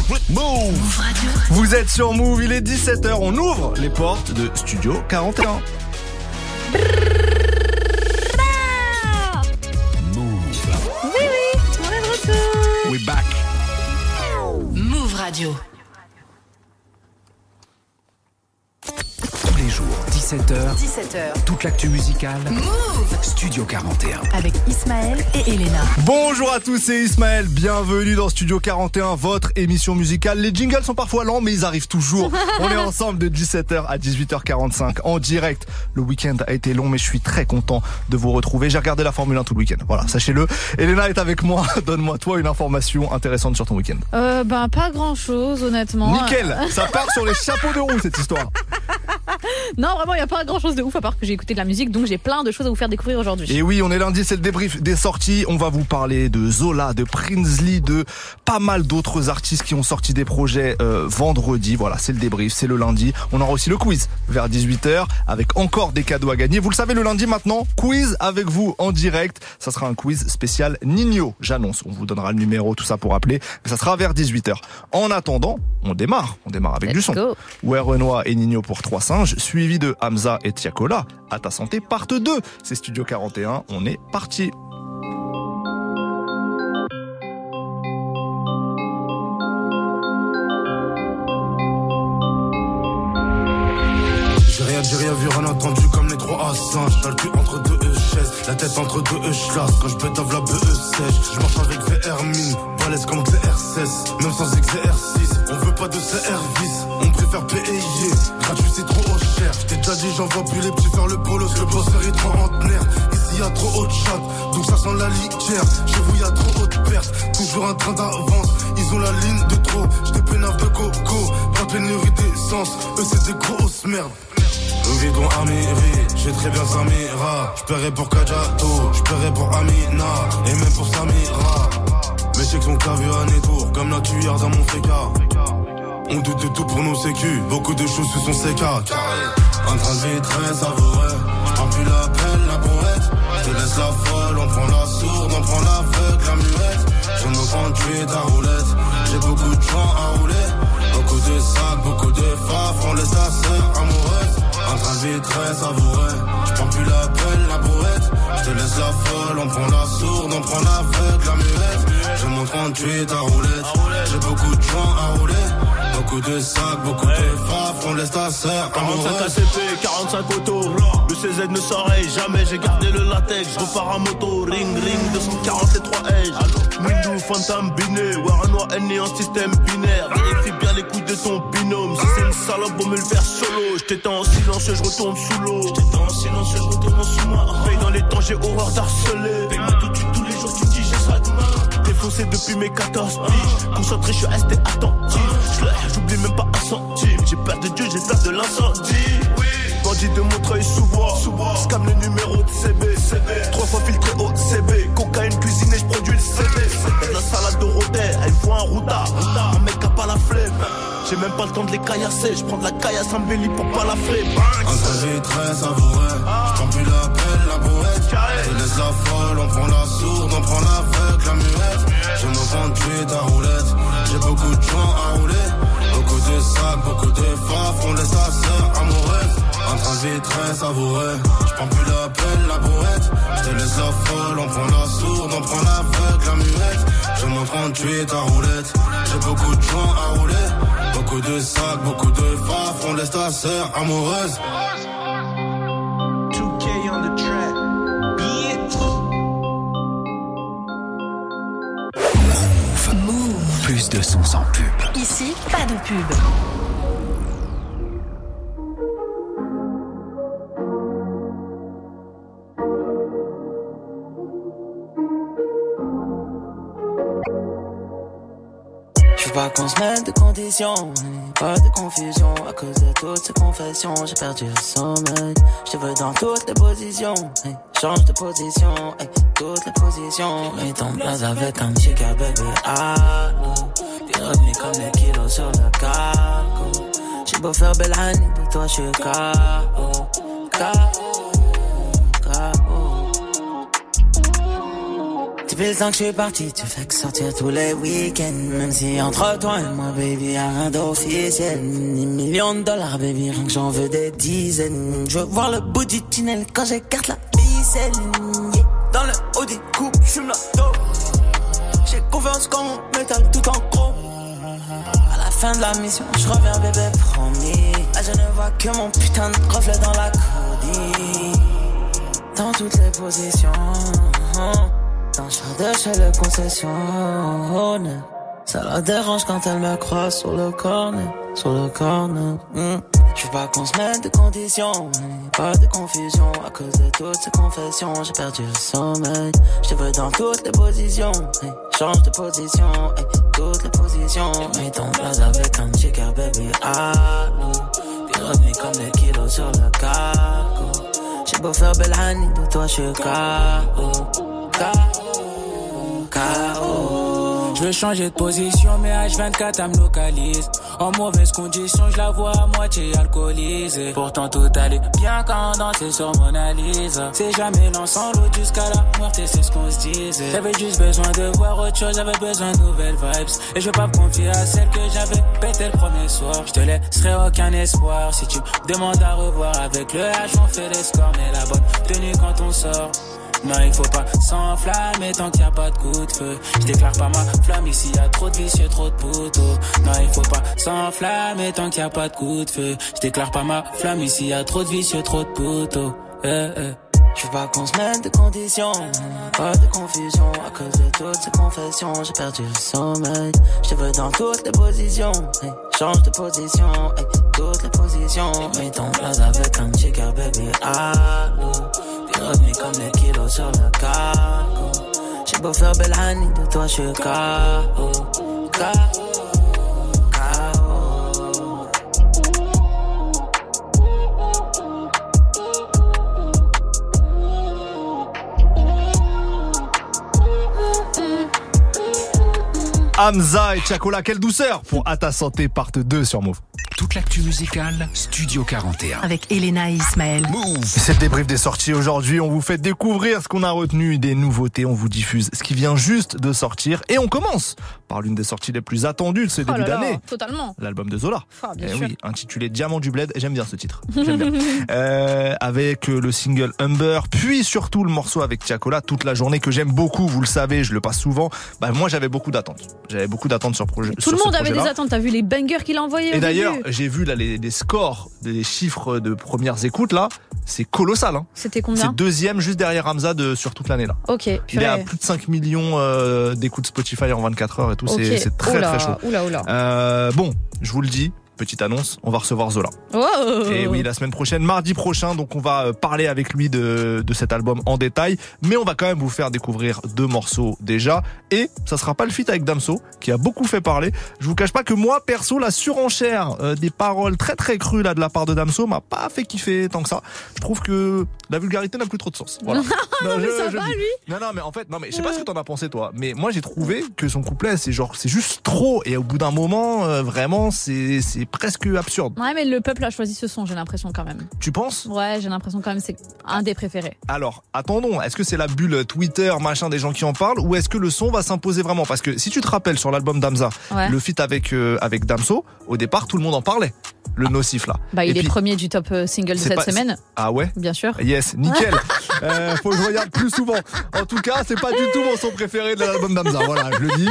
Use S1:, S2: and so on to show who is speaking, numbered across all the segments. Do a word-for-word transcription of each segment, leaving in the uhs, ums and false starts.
S1: Move Radio. Vous êtes sur Move, il est dix-sept heures, on ouvre les portes de Studio quarante et un. Move.
S2: Oui, oui, on est de retour.
S1: We back.
S3: Move Radio.
S4: Tous les jours, dix-sept heures.
S3: dix-sept heures.
S4: Toute l'actu musicale.
S3: Move.
S4: Studio quarante et un.
S2: Avec Ismaël et Elena.
S1: Bonjour à tous, c'est Ismaël. Bienvenue dans Studio quarante et un, votre émission musicale. Les jingles sont parfois lents, mais ils arrivent toujours. On est ensemble de dix-sept heures à dix-huit heures quarante-cinq en direct. Le week-end a été long, mais je suis très content de vous retrouver. J'ai regardé la Formule un tout le week-end. Voilà, sachez-le. Elena est avec moi. Donne-moi, toi, une information intéressante sur ton week-end.
S2: Euh, ben, pas grand-chose, honnêtement.
S1: Nickel. Ça part sur les chapeaux de roue, cette histoire.
S2: Non, vraiment, il n'y a pas grand-chose de ouf à part que j'ai écouté de la musique, donc j'ai plein de choses à vous faire découvrir aujourd'hui.
S1: Et oui, on est lundi, c'est le débrief des sorties. On va vous parler de Zola, de Prinsley, de pas mal d'autres artistes qui ont sorti des projets euh, vendredi. Voilà, c'est le débrief, c'est le lundi. On aura aussi le quiz vers dix-huit heures avec encore des cadeaux à gagner. Vous le savez, le lundi maintenant, quiz avec vous en direct. Ça sera un quiz spécial Nino, j'annonce. On vous donnera le numéro, tout ça pour appeler. Mais ça sera vers dix-huit heures. En attendant, on démarre. On démarre avec
S2: Let's
S1: du son.
S2: Go.
S1: Ouais, Renoir et Nino pour Trois Singes, suivi de Hamza et Tiakola. À ta santé, part deux. C'est Studio quarante et un, on est parti.
S5: J'ai rien dit, rien vu, rien entendu comme les trois à singes. T'as le cul entre deux chaises, la tête entre deux echlaces. Quand je pétave la B E sèche, je marche avec V R mine, balèze comme T R seize, même sans exercice. On veut pas de service, on préfère payer. Gratuit c'est trop cher, j't'ai déjà dit j'envoie plus les petits faire le bolos. Le bosseur est trentenaire, ici y'a trop haut de chat, donc ça sent la liqueur. Chez vous y'a trop haut de perte, toujours un train d'avance. Ils ont la ligne de trop, j't'ai pénave de coco. Pas pénurie d'essence, eux c'est des grosses merdes. Nous vivons à mairie, j'ai très bien Samira. J'paierai pour Kajato, j'paierai pour Amina, et même pour Samira. Mes chèques sont clavés à Nétour, comme la cuillère dans mon féca. On doute de tout pour nos sécus, beaucoup de choses se sont séca. Un train de vie très savoureux, j'prends plus la pelle, la brouette. Je laisse la folle, on prend la sourde, on prend l'aveugle, la muette. Je me prends tuer ta roulette, j'ai beaucoup de joints à rouler. Beaucoup de sacs, beaucoup de faf, on laisse ta sœur amoureuse. Un train de vie très savoureux, j'prends plus la pelle, la brouette. Je te laisse la folle, on prend la sourde, on prend l'aveugle, la muette. Je monte trente-huit ta roulette, j'ai beaucoup de joints à rouler. Beaucoup de sacs, beaucoup de faf, on laisse ta sœur amoureuse.
S6: quarante-cinq A C P, quarante-cinq autos. Le C Z ne s'enraye jamais, j'ai gardé le latex. Je repars à moto, ring ring, deux cent quarante-trois Edge. Windows, Phantom, Binet, Waranois, N en système binaire. Vérifie bien les couilles de ton binôme. Si c'est une salope, on me le faire solo. J'étais en silence, je retourne sous l'eau. J'étais en silence, je retourne en sous-marin. Paye dans les temps, j'ai horreur d'harceler. Paye-moi tout de suite, tous les jours, tu me dis j'ai ça demain. Défoncé depuis mes quatorze piges. Concentré, je suis resté attentif. J'oublie même pas un centime. J'ai peur de Dieu, j'ai peur de l'incendie. Oui. Bandit de Montreuil sous bois. Scam le numéro de C B. C B. Trois fois filtré au C B. Cocaïne cuisinée, je produis le C B. De la salade de Rodet, elle voit un routard. Un mec a pas la flemme. J'ai même pas le temps de les caillasser. Je prends de la caillasse en belly pour pas la flemme.
S5: Un trajet très savoureux, j'prends plus la pelle, la brouette. Je laisse la folle, on prend la sourde, on prend l'aveugle, la muette. Je me prends tuer ta roulette, j'ai beaucoup de joints à rouler. Beaucoup de sacs, beaucoup de faf, on laisse ta sœur amoureuse. Un train de vie très savoureux, j'prends plus la pelle, la brouette. Je te laisse la folle, on prend la sourde, on prend l'aveugle, la muette. Je me prends tuer ta roulette, j'ai beaucoup de joints à rouler. Beaucoup de sacs, beaucoup de faf, on laisse ta sœur amoureuse.
S6: two K on the track.
S4: Move. Move. Plus de sons sans pub.
S3: Ici, pas de pub.
S7: Je veux pas qu'on se mette de conditions, pas de confusion. À cause de toutes ces confessions, j'ai perdu le sommeil. Je te veux dans toutes les positions, hey. Change de position, hey. Toutes les positions. J'ai mis ton place avec un chica baby, ah oh. T'es revenu comme des kilos sur le cargo. J'ai beau faire belle année, de toi je suis K O, K O, K O. Depuis le temps que je suis parti, tu fais que sortir tous les week-ends. Même si entre toi et moi, baby, y'a rien d'officiel. Ni millions de dollars, baby, rien que j'en veux des dizaines. Je veux voir le bout du tunnel quand j'écarte la ficelle. Yeah. Dans le Audi coupe, j'fume la dope. J'ai confiance quand mon métal tout en gros. À la fin de la mission, je reviens bébé promis. Là je ne vois que mon putain de reflet dans la codie. Dans toutes les positions, dans chaque de chez le concession. Ça la dérange quand elle me croise sur le corner, sur le corner. Mm. Je veux pas qu'on se mette de conditions, pas de confusion. À cause de toutes ces confessions, j'ai perdu le sommeil. Je te veux dans toutes les positions, hey. Change de position, hey. Toutes les positions. J'ai mis ton place avec un chicker, baby, allô. T'es revenu comme les kilos sur le cargo. J'ai beau faire belle honey, de toi je suis K O. K O. K O.
S8: Je veux changer de position, mais H vingt-quatre elle me localise. En mauvaise condition, je la vois à moitié alcoolisée. Pourtant tout allait bien quand on dansait sur Mona Lisa. C'est jamais l'ensemble jusqu'à la mort et c'est ce qu'on se disait. J'avais juste besoin de voir autre chose, j'avais besoin de nouvelles vibes. Et je veux pas me confier à celle que j'avais pété le premier soir. Je te laisserai aucun espoir si tu me demandes à revoir. Avec le H on fait les scores, mais la bonne tenue quand on sort. Non, il faut pas s'enflammer tant qu'il y a pas de coup de feu. Je déclare pas ma flamme ici, y a trop de vicieux, trop de poteaux. Non, il faut pas s'enflammer tant qu'il y a pas de coup de feu. Je déclare pas ma flamme ici, y a trop de vicieux, trop de poteaux. Eh, eh.
S7: Je veux pas qu'on se mette de conditions, pas de confusion. À cause de toutes ces confessions, j'ai perdu le sommeil. Je te veux dans toutes les positions, hey. Change de position, hey. Toutes les positions. J'ai mis ton place avec un chicker, baby, allô. T'es revenu comme les kilos sur le cargo. J'ai beau faire belle honey, de toi je suis K O. K O. K O.
S1: Hamza et Chakola, quelle douceur pour À ta santé part deux sur Move.
S4: Toute l'actu musicale, Studio quarante et un.
S3: Avec Elena et Ismaël.
S1: Move. C'est le débrief des sorties aujourd'hui. On vous fait découvrir ce qu'on a retenu, des nouveautés. On vous diffuse ce qui vient juste de sortir. Et on commence par l'une des sorties les plus attendues de ce début
S2: oh là là,
S1: d'année.
S2: Totalement.
S1: L'album de Zola.
S2: Oh, bien
S1: eh
S2: sûr.
S1: oui, intitulé Diamant du Bled. J'aime bien ce titre. J'aime bien. euh, avec le single Humber, puis surtout le morceau avec Chakola, Toute la journée, que j'aime beaucoup. Vous le savez, je le passe souvent. Bah, moi, j'avais beaucoup d'attentes. J'avais beaucoup d'attentes sur, projet,
S2: Tout
S1: sur
S2: le
S1: ce
S2: monde avait
S1: projet-là.
S2: des attentes. T'as vu les bangers qu'il a envoyés
S1: Et
S2: au
S1: d'ailleurs,
S2: début.
S1: j'ai vu là les, les scores, les chiffres de premières écoutes là, c'est colossal. Hein.
S2: C'était
S1: C'est
S2: combien?
S1: deuxième juste derrière Hamza de, sur toute l'année là.
S2: Ok.
S1: Il est
S2: purée.
S1: à plus de cinq millions euh, d'écoutes Spotify en vingt-quatre heures et tout.
S2: Ok.
S1: C'est, c'est très
S2: Oula,
S1: très chaud.
S2: Oula, oula.
S1: Euh, bon, je vous le dis. Petite annonce, on va recevoir Zola.
S2: Oh.
S1: Et oui, la semaine prochaine, mardi prochain, donc on va parler avec lui de, de cet album en détail, mais on va quand même vous faire découvrir deux morceaux déjà, et ça sera pas le feat avec Damso, qui a beaucoup fait parler. Je vous cache pas que moi, perso, la surenchère euh, des paroles très très crues là de la part de Damso m'a pas fait kiffer tant que ça. Je trouve que la vulgarité n'a plus trop de sens. Voilà.
S2: Non, mais ça va,
S1: dis.
S2: lui.
S1: Non, non, mais en fait, non, mais je sais pas ce que t'en as pensé toi, mais moi j'ai trouvé que son couplet, c'est genre, c'est juste trop, et au bout d'un moment, euh, vraiment, c'est, c'est presque absurde.
S2: Ouais, mais le peuple a choisi ce son, j'ai l'impression quand même.
S1: Tu penses?
S2: Ouais, j'ai l'impression quand même c'est un des préférés.
S1: Alors, attendons, est-ce que c'est la bulle Twitter, machin, des gens qui en parlent, ou est-ce que le son va s'imposer vraiment? Parce que si tu te rappelles sur l'album d'Hamza,
S2: Ouais.
S1: le feat avec euh, avec Damso, au départ, tout le monde en parlait. Le nocif là.
S2: Bah, il
S1: Et
S2: est
S1: puis-
S2: premier du top euh, single de
S1: C'est
S2: cette
S1: pas-
S2: semaine,
S1: Ah ouais?
S2: bien sûr.
S1: Yes, nickel. euh, faut que je regarde plus souvent. En tout cas, c'est pas du tout mon son préféré de l'album d'Hamza. Voilà, je le dis.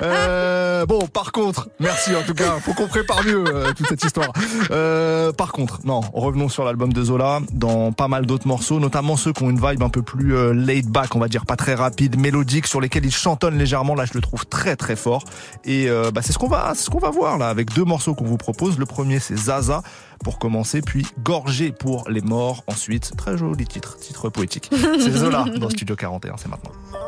S1: Euh, bon, par contre, merci en tout cas. Faut qu'on prépare mieux euh, toute cette histoire. Euh, par contre, non, revenons sur l'album de Zola. Dans pas mal d'autres morceaux, notamment ceux qui ont une vibe un peu plus euh, laid back, on va dire, pas très rapide, mélodique, sur lesquels il chantonne légèrement. Là, je le trouve très très fort. Et euh, bah, c'est ce qu'on va, c'est ce qu'on va voir là avec deux morceaux qu'on vous propose. Le premier, c'est Zaza pour commencer, puis Gorgé pour les morts. Ensuite, très joli titre, titre poétique. C'est Zola dans Studio quarante et un, c'est maintenant.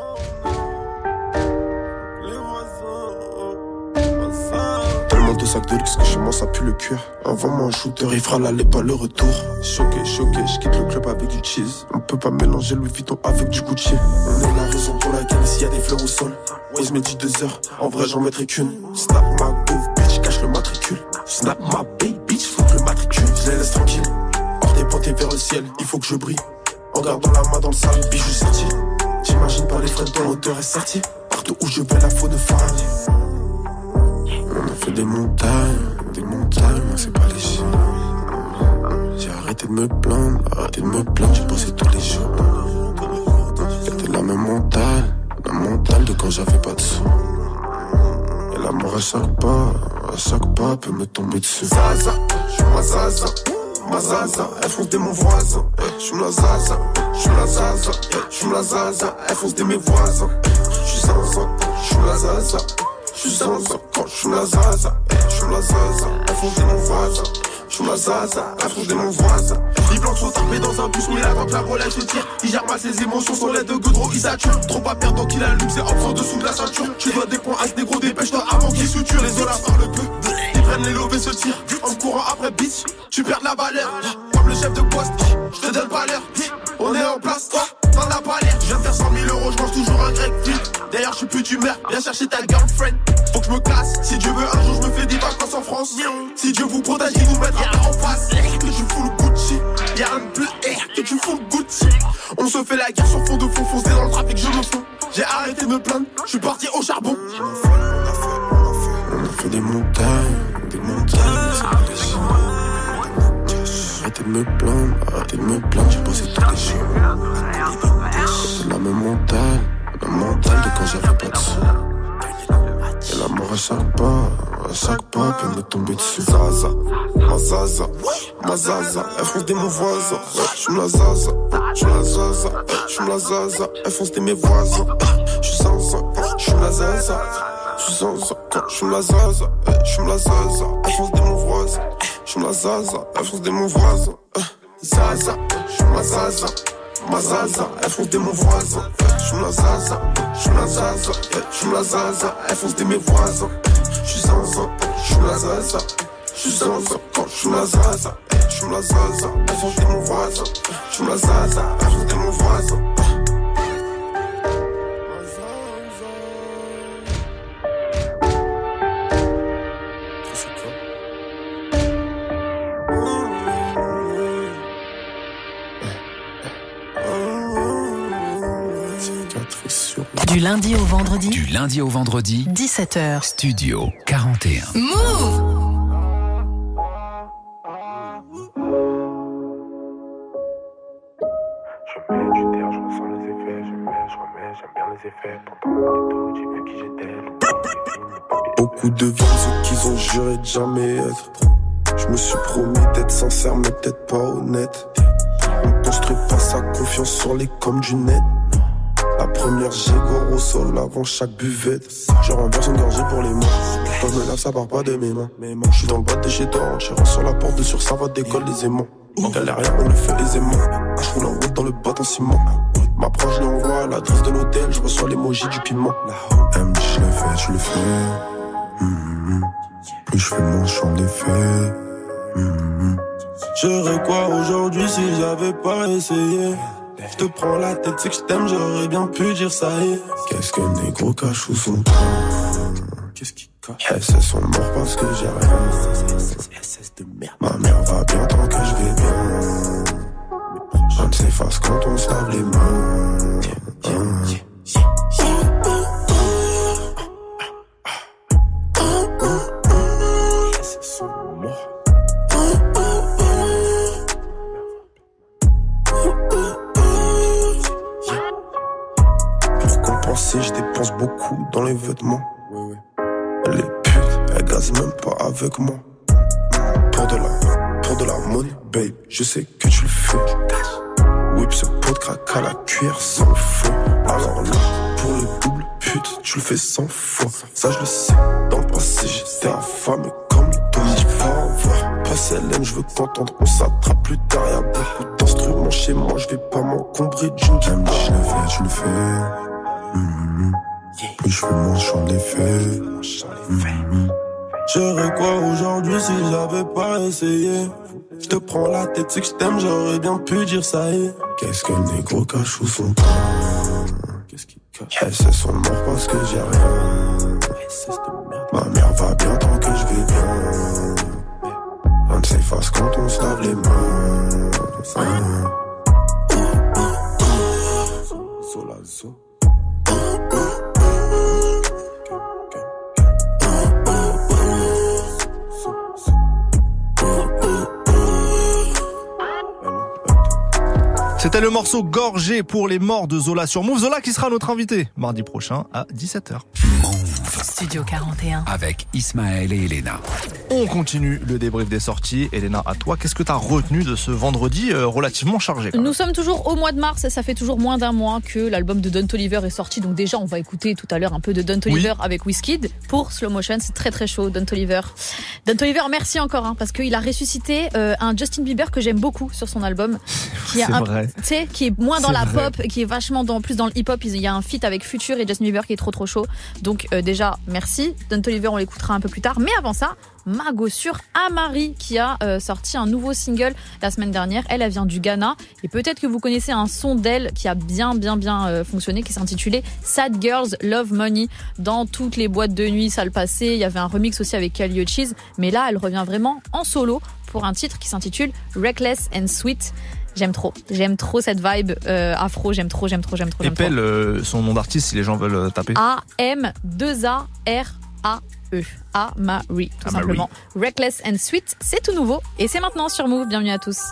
S9: Tellement de sacs de luxe que chez moi ça pue le cuir. Envoie-moi un shooter, il fera l'aller pas le retour. Choqué, choqué, je quitte le club avec du cheese. On peut pas mélanger Louis Vuitton avec du Gucci. On est la raison pour laquelle ici y a des fleurs au sol. Ouais, je mets dit deux heures, en vrai j'en mettrai qu'une. Snap ma bouffe, bitch, cache le matricule. Snap ma baby, bitch, faut que le matricule. Je les laisse tranquilles, hors des pointées vers le ciel, il faut que je brille. En gardant la main dans le sale, bijou sorti. T'imagines pas les frais de hauteur et certier. Partout où je vais la faune de farine. On a fait des montagnes, des montagnes, mais c'est pas léger. J'ai arrêté de me plaindre, arrêté de me plaindre, j'ai bossé tous les jours. C'était la même mentale, la mentale de quand j'avais pas de sous. Et l'amour à chaque pas, à chaque pas peut me tomber dessus. Zaza, j'suis ma zaza, ma zaza, elle fonce des mon voisin. J'suis la zaza, j'suis la zaza, j'suis la zaza, elle fonce des mes voisins. J'suis zinzin, j'suis la zaza, j'suis zinzin quand j'suis la zaza, j'suis la zaza, elle fonce des mon voisin. J'suis la zaza, elle fonce des mon voisin. Les blancs sont armés dans un bus, mais là quand la relève se tire, il gère mal ses émotions, son lait de goudron, il sature. Trop pas perdre donc il allume, c'est en dessous de la ceinture. Tu dois des points à ce négro, dépêche-toi avant qu'il suture. Les olas parlent peu, ils prennent les lobes et se tirent. En courant après bitch, tu perds de la valeur. Comme le chef de poste, je te donne pas l'heure. On est en place, toi, t'en as pas l'air. Je viens de faire cent mille euros, je mange toujours un grec flip. D'ailleurs, je suis plus d'humeur, viens chercher ta girlfriend. Faut que je me casse, si Dieu veut un jour je me fais des vacances en France. Si Dieu vous protège, il vous mettra pas en face. Que tu fous le Gucci, y'a un bleu air, que tu fous le Gucci. On se fait la guerre sur fond de fond, foncé dans le trafic, je me fous. J'ai arrêté de me plaindre, je suis parti au charbon. On a fait des montagnes, des montagnes, c'est pas des chiens. Arrêtez de me plaindre, arrêtez de me plaindre, j'ai bossé tous les jours. C'est la même mentale, la mentale de quand j'avais pas de sous. Et l'amour à chaque pas, à chaque pas peut me tomber dessus. Zaza, ma zaza, ma zaza, elle fonce des mon voisin. J'suis la zaza, j'suis la zaza, j'suis la zaza, elle fonce des mes voisins. J'suis zinzin, j'suis la zaza, j'suis zinzin quand j'suis la zaza, j'suis la zaza, elle fonce des mon voisin. J'suis la zaza, elle fonce des mon voisin. Zaza, j'suis la zaza, ma zaza, elle fonce des mon voisin. J'suis la zaza, j'suis la zaza, j'suis la zaza, elle fonce des mes voisins. J'suis zinzin, j'suis la zaza, j'suis zinzin quand j'suis la zaza, j'suis la zaza, elle fonce des mon voisin. J'suis la zaza, elle fonce des mon voisin.
S3: Du lundi au vendredi.
S4: Du lundi au vendredi.
S3: dix-sept heures.
S4: Studio quarante et un.
S3: Move!
S9: Je mets du terre, je ressens les effets. Je mets, je remets, j'aime bien les effets. Pendant les dos, j'ai vu qui j'étais. Beaucoup de vie, ceux qu'ils ont juré de jamais être. Je me suis promis d'être sincère, mais peut-être pas honnête. On construit pas sa confiance sur les coms du net. La première j'égore au sol avant chaque buvette. Je renverse une gorgée pour les mains. Quand je me lave ça part pas de mes mains. Je suis dans le bas de chez toi, en tirant sur la porte de sur ça va d'école les aimants. En galère rien on le fait aisément. Je roule en route dans le bâton ciment. M'approche, je l'envoie à l'adresse de l'hôtel. Je reçois l'emoji du piment. Elle me dit je le fais, je le fais. Mmh. Plus je fais moins j'en ai fait. Mmh. J'aurais quoi aujourd'hui si j'avais pas essayé? Je te prends la tête, c'est que je t'aime, j'aurais bien pu dire ça y est. Qu'est-ce que le négro cache sous son train? Qu'est-ce qu'il cache? S S on mort parce que j'ai rien. S S de merde. Ma mère va bien tant que je vais bien. On s'efface quand on se lave les mains. Hein. Je dépense beaucoup dans les vêtements. Oui, oui. Les putes, elles gazent même pas avec moi. Pour de la, pour de la money, babe, je sais que tu le fais. Whip ce pot de crack à la cuillère sans le feu. Alors là, pour les doubles putes, tu le fais cent fois. Ça je le sais, dans le passé j'étais affamé comme toi. Va en voir, pas Célène, je veux t'entendre, on s'attrape plus tard. Y'a beaucoup d'instruments chez moi, je vais pas m'encombrer d'une guitare. Je le fais, tu le fais. Mmh. Plus je fais moins j'en ai fait. Mmh. J'aurais quoi aujourd'hui si j'avais pas essayé? Je te prends la tête, c'est que je t'aime, j'aurais bien pu dire ça y est. Qu'est-ce que le négro cache sous son train? Qu'est-ce qu'il cache? S S on mort parce que j'ai rien. Ma mère va bien tant que je vais bien. On s'efface quand on se lave les mains. Hein. Solazo.
S1: C'était le morceau Gorgé pour les morts de Zola sur Move. Zola qui sera notre invité mardi prochain à dix-sept heures.
S3: Studio quarante et un.
S4: Avec Ismaël et Elena.
S1: On continue le débrief des sorties. Elena, à toi, qu'est-ce que tu as retenu de ce vendredi euh, relativement chargé?
S2: Nous sommes toujours au mois de mars et ça fait toujours moins d'un mois que l'album de Don Toliver est sorti. Donc déjà, on va écouter tout à l'heure un peu de Don Toliver oui. avec Wizkid pour Slow Motion. C'est très très chaud, Don Toliver. Don Toliver, merci encore hein, parce qu'il a ressuscité euh, un Justin Bieber que j'aime beaucoup sur son album. Qui
S1: c'est
S2: un,
S1: vrai.
S2: Tu sais, qui est moins dans
S1: c'est
S2: la
S1: vrai.
S2: pop, qui est vachement dans, plus dans le hip-hop. Il y a un feat avec Future et Justin Bieber qui est trop trop chaud. Donc euh, déjà, merci. Don Toliver, on l'écoutera un peu plus tard. Mais avant ça, ma gossure Amari qui a euh, sorti un nouveau single la semaine dernière. Elle, elle vient du Ghana et peut-être que vous connaissez un son d'elle qui a bien bien bien euh, fonctionné, qui s'intitulait Sad Girls Love Money. Dans toutes les boîtes de nuit, ça le passait. Il y avait un remix aussi avec Kali Uchis, mais là, elle revient vraiment en solo pour un titre qui s'intitule Reckless and Sweet. J'aime trop, j'aime trop cette vibe euh, afro, j'aime trop, j'aime trop, j'aime trop.
S1: Épelle euh, son nom d'artiste si les gens veulent taper.
S2: A M deux A R A E. Amari, tout Amari. Simplement. Reckless and Sweet, c'est tout nouveau et c'est maintenant sur Move. Bienvenue à tous.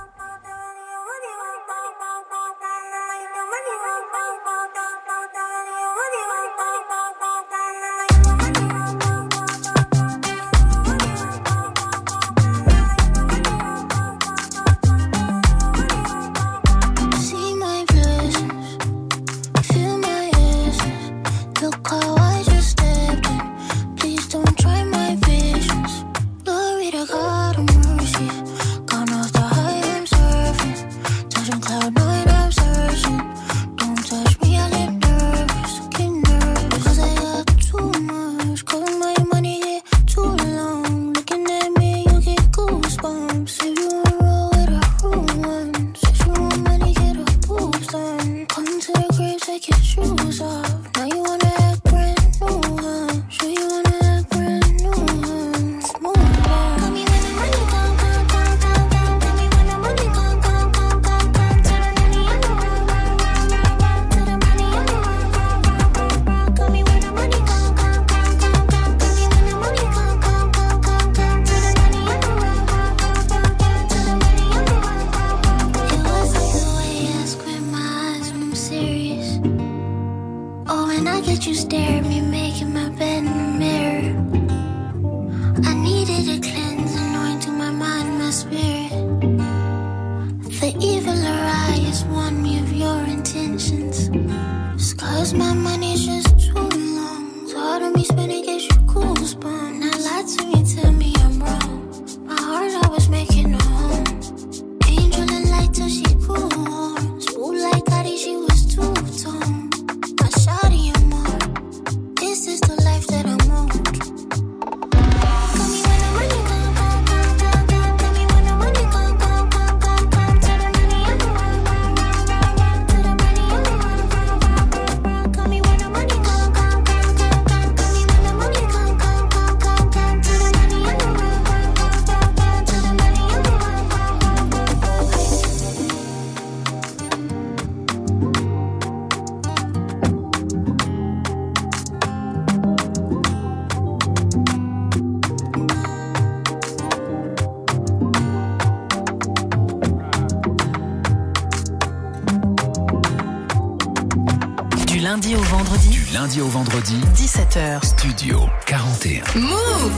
S3: lundi au vendredi.
S4: Du lundi au vendredi.
S3: dix-sept heures.
S4: Studio quarante et un.
S3: Move!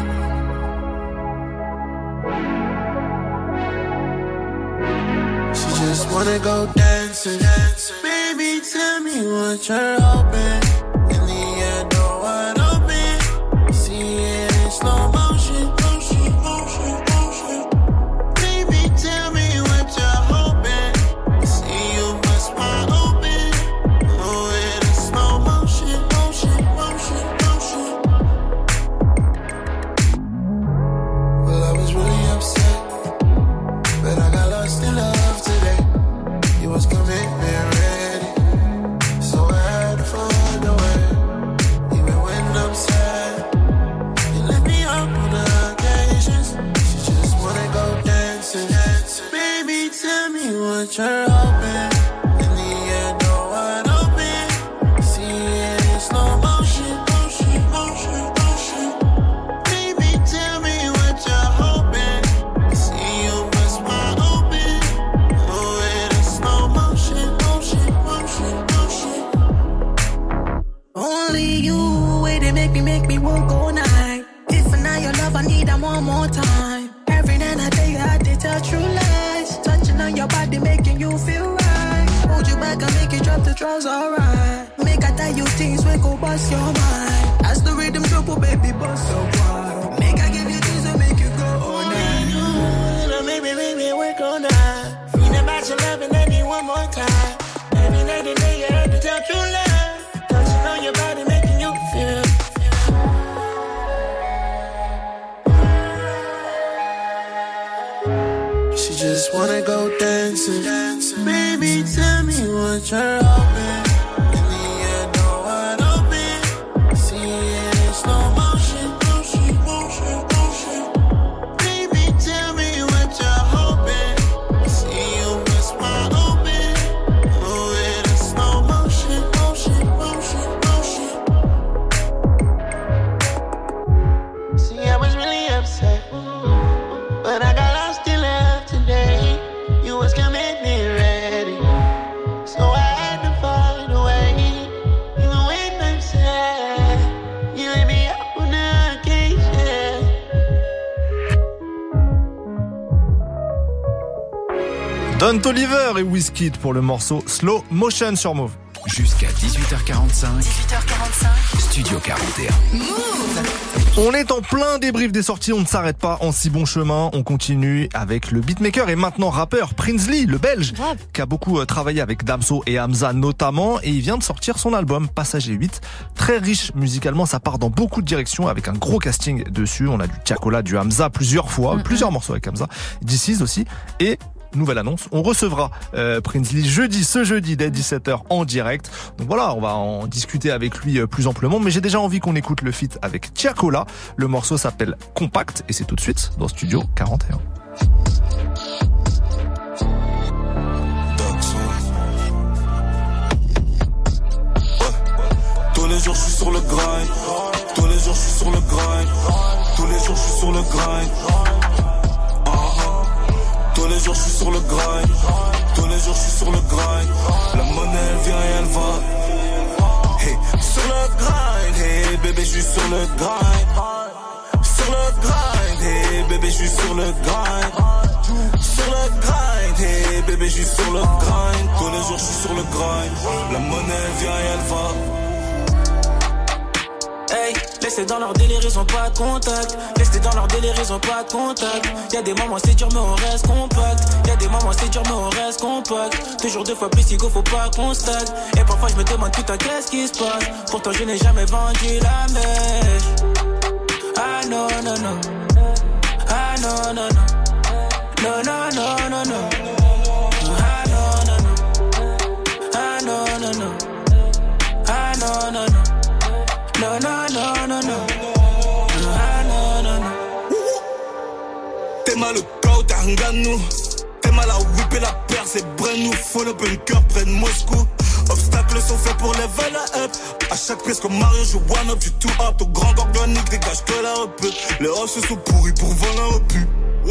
S10: She just wanna go dancing. Baby, tell me what you're hoping. In the end, know what I've been. See it in slow motion. Motion, motion, motion. Baby, tell me what you're hoping. See you bust wide open. Move it in slow motion. Motion, motion, motion. Well, I was really upset, but I got lost in love today. You was commitment ready, so I had to find a way. Even when I'm sad, you let me up on the occasions. She just wanna go dancing. Baby, tell me what you're hoping. In the end, know what I've been. See it in slow motion, motion, motion, motion. Baby, tell me what you're hoping. See you bust wide open. Move it in slow motion.
S11: make me, make me walk all night. If I know your love, I need that one more time. Every night I tell you how to tell true lies. Touching on your body, making you feel right. Hold you back and make you drop the drugs, alright. Make I tell you things, we go bust your mind. As the rhythm drop, oh baby, bust so wild. Make I give you things that make you go all night.
S12: Maybe, maybe work all night. Feeling about your love and I need one more time. Every night and day you had to tell true love. Touching on your body, making you feel.
S10: She just wanna go dancing. Baby, tell me what you're hoping. In the end, no one open. See it in slow motion, motion, motion, motion. Baby, tell me what you're hoping. See you miss my open. Move it in slow motion, motion, motion, motion.
S12: See, I was really upset, but I got lost in love today. You was coming me ready, so I had to find a way. Even when I'm sad, you let me up on the occasion.
S1: Don Toliver et Wizkid pour le morceau Slow Motion sur Move.
S4: Jusqu'à dix-huit heures quarante-cinq.
S3: dix-huit heures quarante-cinq.
S4: Studio quarante et un.
S3: Move.
S1: On est en plein débrief des sorties, on ne s'arrête pas en si bon chemin. On continue avec le beatmaker et maintenant rappeur Prinsley, le belge,
S2: Grave.
S1: qui a beaucoup travaillé avec Damso et Hamza notamment, et il vient de sortir son album Passager huit. Très riche musicalement, ça part dans beaucoup de directions avec un gros casting dessus. On a du Tiakola, du Hamza plusieurs fois, mm-hmm. plusieurs morceaux avec Hamza, D six aussi, et nouvelle annonce, on recevra euh, Prinsley jeudi, ce jeudi dès dix-sept heures en direct. Donc voilà, on va en discuter avec lui euh, plus amplement, mais j'ai déjà envie qu'on écoute le feat avec Tiakola. Le morceau s'appelle Compact et c'est tout de suite dans Studio quarante et un.
S5: Tous les jours je suis sur le grind, tous les jours je suis sur le grind, tous les jours je suis sur le grind. Tous les jours je suis sur le grind, tous les jours je suis sur le grind. La monnaie elle vient et elle va. Hey, sur le grind, hey bébé je suis sur le grind. Sur le grind, hey bébé je suis sur le grind. Sur le grind, hey bébé je suis sur le grind. Tous les jours je suis sur le grind. La monnaie elle vient et elle va.
S8: Hey, laissez dans leur délire, ils ont pas de contact. Laissez dans leur délire, ils ont pas de contact. Y'a des moments c'est dur mais on reste compact. Y'a des moments c'est dur mais on reste compact. Toujours deux fois plus égaux, faut pas qu'on stagne. Et parfois je me demande putain qu'est-ce qui se passe. Pourtant je n'ai jamais vendu la mèche. Ah non non non. Ah non non non. Non non non non non. Ah non non non. Ah non non non. Ah non non non. No, no, no, no, no. Ah, no, no, no.
S5: T'es mal au chaos, t'es un gars nous. T'es mal à whipper la paire, c'est brand new. Full up un cœur près de Moscou. Obstacles sont faits pour level up. À chaque pièce comme Mario, je one up, du tout up. Ton grand organique dégage que la repue. Les roses se sont pourris pour vendre la repue.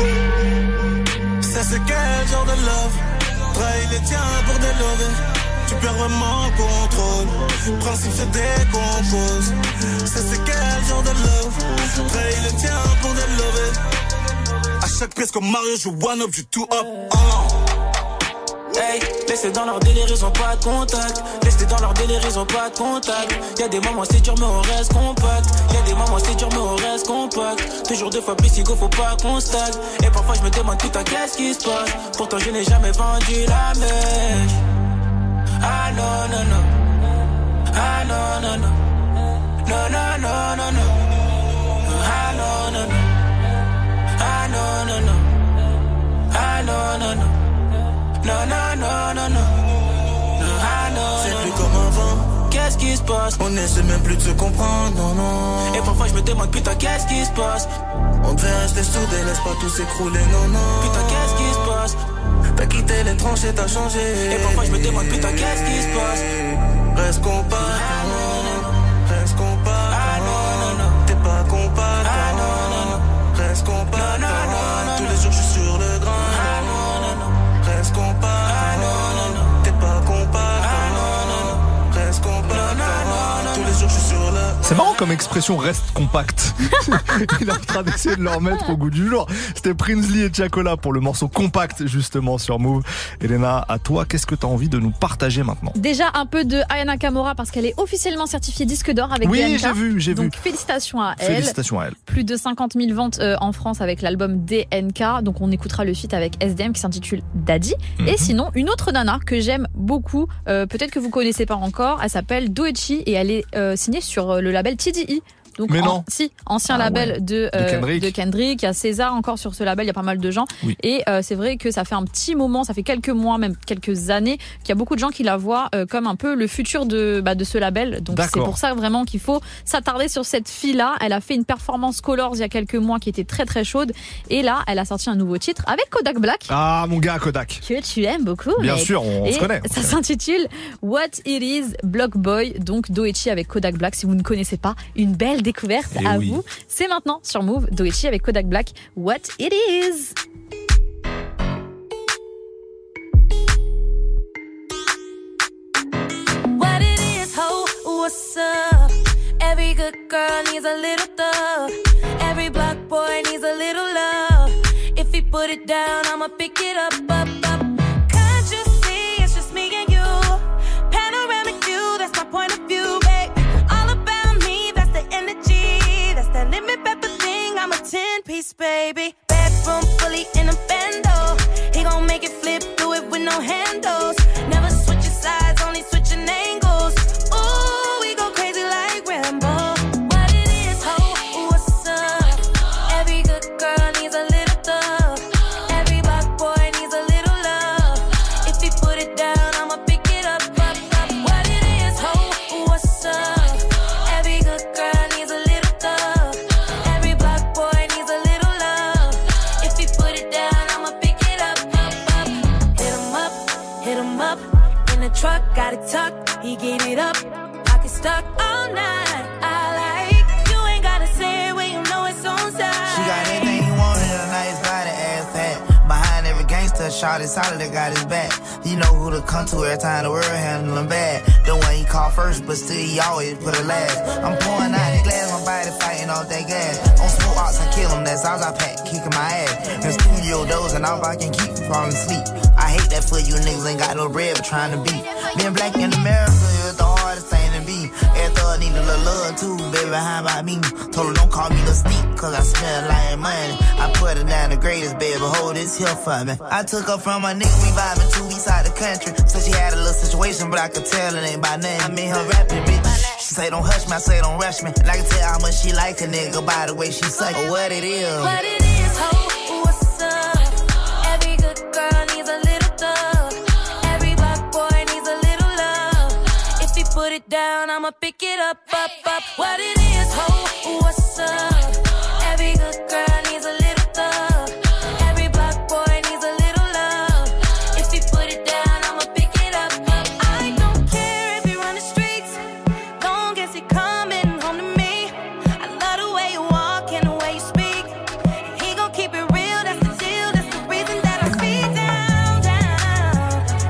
S5: Ça c'est quel genre de love? Trahis les tiens pour des lovés. Tu perds vraiment le contrôle. Principe se décompose. Ça c'est quel genre de love? Trahis le tien pour des lovés. À chaque pièce comme Mario, je one up, du tout up. Oh.
S8: Hey, laissez dans leur délire, ils ont pas de contact. Laissez dans leur délire, ils ont pas de contact. Y'a des moments c'est dur mais on reste compact. Y'a des moments c'est dur mais on reste compact. Toujours deux fois plus égaux, faut pas qu'on stagne. Et parfois je me demande putain qu'est-ce qui se passe. Pourtant je n'ai jamais vendu la mèche. Ah non non non. Ah non non non. Non non non non non. Ah non non non. Ah non non non. Ah non non non. Non non non non non. Ah non.
S10: C'est plus comme avant.
S8: Qu'est-ce qui se passe?
S10: On essaie même plus de se comprendre, non non.
S8: Et parfois je me demande putain qu'est-ce qui se passe?
S10: On devait rester soudés, laisse pas tout s'écrouler, non non.
S8: Putain qu'est-ce qui se passe?
S10: T'as quitté les tranchées, t'as changé.
S8: Et parfois je me demande putain qu'est-ce qui se passe?
S10: Reste compact,
S8: ah, non, non.
S10: Reste compact,
S8: ah, non, non, non.
S10: T'es pas compact,
S8: ah, non, non, non.
S10: Reste compact,
S8: non, non, non, non.
S10: tous les jours je suis sur le grind.
S8: Ah, non, non, non.
S10: Reste compact,
S8: ah, non, non, non.
S10: T'es pas compact,
S8: ah, non, non, non.
S10: Reste compact,
S8: non, non, non, non.
S10: tous les jours je suis sur le.
S1: C'est marrant comme comme expression reste compact. Il est en train d'essayer de leur mettre au goût du jour. C'était Prinsley et Tiakola pour le morceau Compact, justement, sur Move. Elena, à toi, qu'est-ce que tu as envie de nous partager maintenant?
S2: Déjà un peu de Aya Nakamura parce qu'elle est officiellement certifiée disque d'or avec
S1: Oui,
S2: D N K.
S1: j'ai vu, j'ai
S2: Donc
S1: vu.
S2: félicitations à elle.
S1: Félicitations à elle.
S2: Plus de cinquante mille ventes euh, en France avec l'album D N K. Donc on écoutera le feat avec S D M qui s'intitule Daddy.
S1: Mhm.
S2: Et sinon, une autre nana que j'aime beaucoup, euh, peut-être que vous connaissez pas encore, elle s'appelle Doechii et elle est euh, signée sur euh, le label T D E. Donc,
S1: Mais
S2: en-
S1: non.
S2: si, ancien
S1: Ah
S2: label
S1: ouais.
S2: de,
S1: De Kendrick.
S2: de Kendrick. Il y a César encore sur ce label, il y a pas mal de gens.
S1: Oui.
S2: Et euh, c'est vrai que ça fait un petit moment, ça fait quelques mois, même quelques années, qu'il y a beaucoup de gens qui la voient euh, comme un peu le futur de, bah, de ce label. Donc c'est
S1: D'accord.
S2: pour ça vraiment qu'il faut s'attarder sur cette fille-là. Elle a fait une performance Colors il y a quelques mois qui était très très chaude. Et là, elle a sorti un nouveau titre avec Kodak Black.
S1: Ah, mon gars, Kodak.
S2: Que tu aimes beaucoup,
S1: Bien
S2: mec.
S1: sûr, on
S2: Et
S1: se connaît. on
S2: Ça
S1: se connaît.
S2: s'intitule What It Is Block Boy, donc Doechii avec Kodak Black. Si vous ne connaissez pas, une belle découverte
S1: Eh
S2: à
S1: oui.
S2: vous. C'est maintenant sur Move, Doechii avec Kodak Black, What It Is.
S13: What it is, ho, what's up? Every good girl needs a little thug. Every block boy needs a little love. If he put it down, I'ma pick it up, up, up. Can't you see it's just me and you? Panoramic view, that's my point of view, babe. All about me, that's the energy. That's that lemon pepper thing, I'm a ten-piece, baby. Bedroom fully in a bando. He gon' make it flip, do it with no handles. Never switching sides, only switching angles. Ooh, we go crazy like Rambo. What it is, ho, what's up? Every good girl needs a little thug. Every black boy needs a little love. If he put it down, I'ma pick it up, up, up. What it is, ho, what's up? Every good girl needs a little thug. Every black boy needs a little love. If he put it down, I'ma pick it up, up, up. Hit him up, hit him up. In the truck, got it tucked, he get it up. Pocket stuck all night. I like, you ain't gotta say it when you know it's on side.
S14: She got everything he wanted, a nice body, ass fat. Behind every gangster, shot is solid, that got his back. You know who to come to every time the world handle him bad. The one he call first, but still he always put it last. I'm pouring out the glass, my body fighting off that gas. On smoke ox, I kill him, that's all I pack, kicking my ass. In studio dozing off, I can keep from falling asleep. I hate that for you niggas ain't got no bread, but trying to be. Being black in America is the hardest thing to be. Every thug need a little love too, baby, how about me? Told her don't call me the sneak, cause I smell like money. I put her down the greatest, baby, hold this here for me. I took her from my nigga, we vibing two weeks out the country. Said she had a little situation, but I could tell it ain't by name. I made her rapping, bitch. She say don't hush me, I say don't rush me. And I can tell how much she like a nigga by the way she suck. Or what it is.
S13: What it is, ho, what's up? Every good girl needs a little thug. Every black boy needs a little love. If he put it down, I'ma pick it up, up, up. What it is, ho, what's up? Every good girl needs a little thug. Every black boy needs a little love. If he put it down, I'ma pick it up, up. I don't care if he run the streets, long as he coming home to me. I love the way you walk and the way you speak. He gon' keep it real, that's the deal. That's the reason that I speak down, down.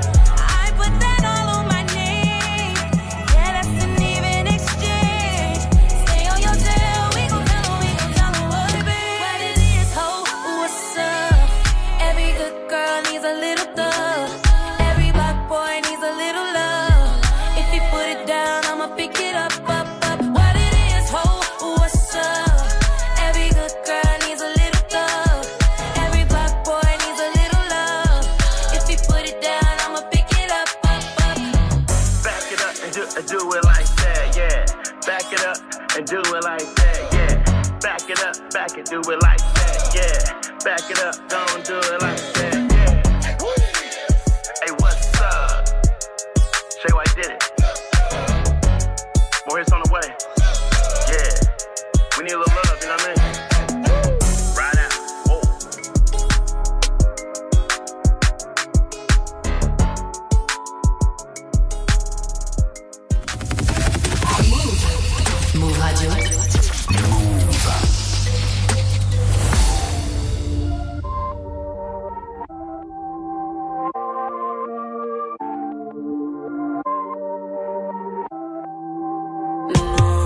S13: I put that all on my name. Yeah, that's an even exchange. Stay on your tail, we gon' tell him, we gon' tell him what it is. What it is, ho, what's up? Every good girl needs a little thug. Every black boy needs a little love. If he put it down, I'ma pick it up, up, up. What it is, ho, what's up? Every good girl needs a little thug. Every black boy needs a little love. If he put it down, I'ma pick it up, up, up.
S6: Back it up and do, and do it like that, yeah. Back it up and do it like that, yeah. Back it up, back it, do it like that, yeah. Back it up, don't do it like that, yeah. Hey, what's up? Shay White did it. More hits on the way. Yeah. We need a little love, you know what I mean? Right out. Oh.
S3: Move Radio.
S13: No.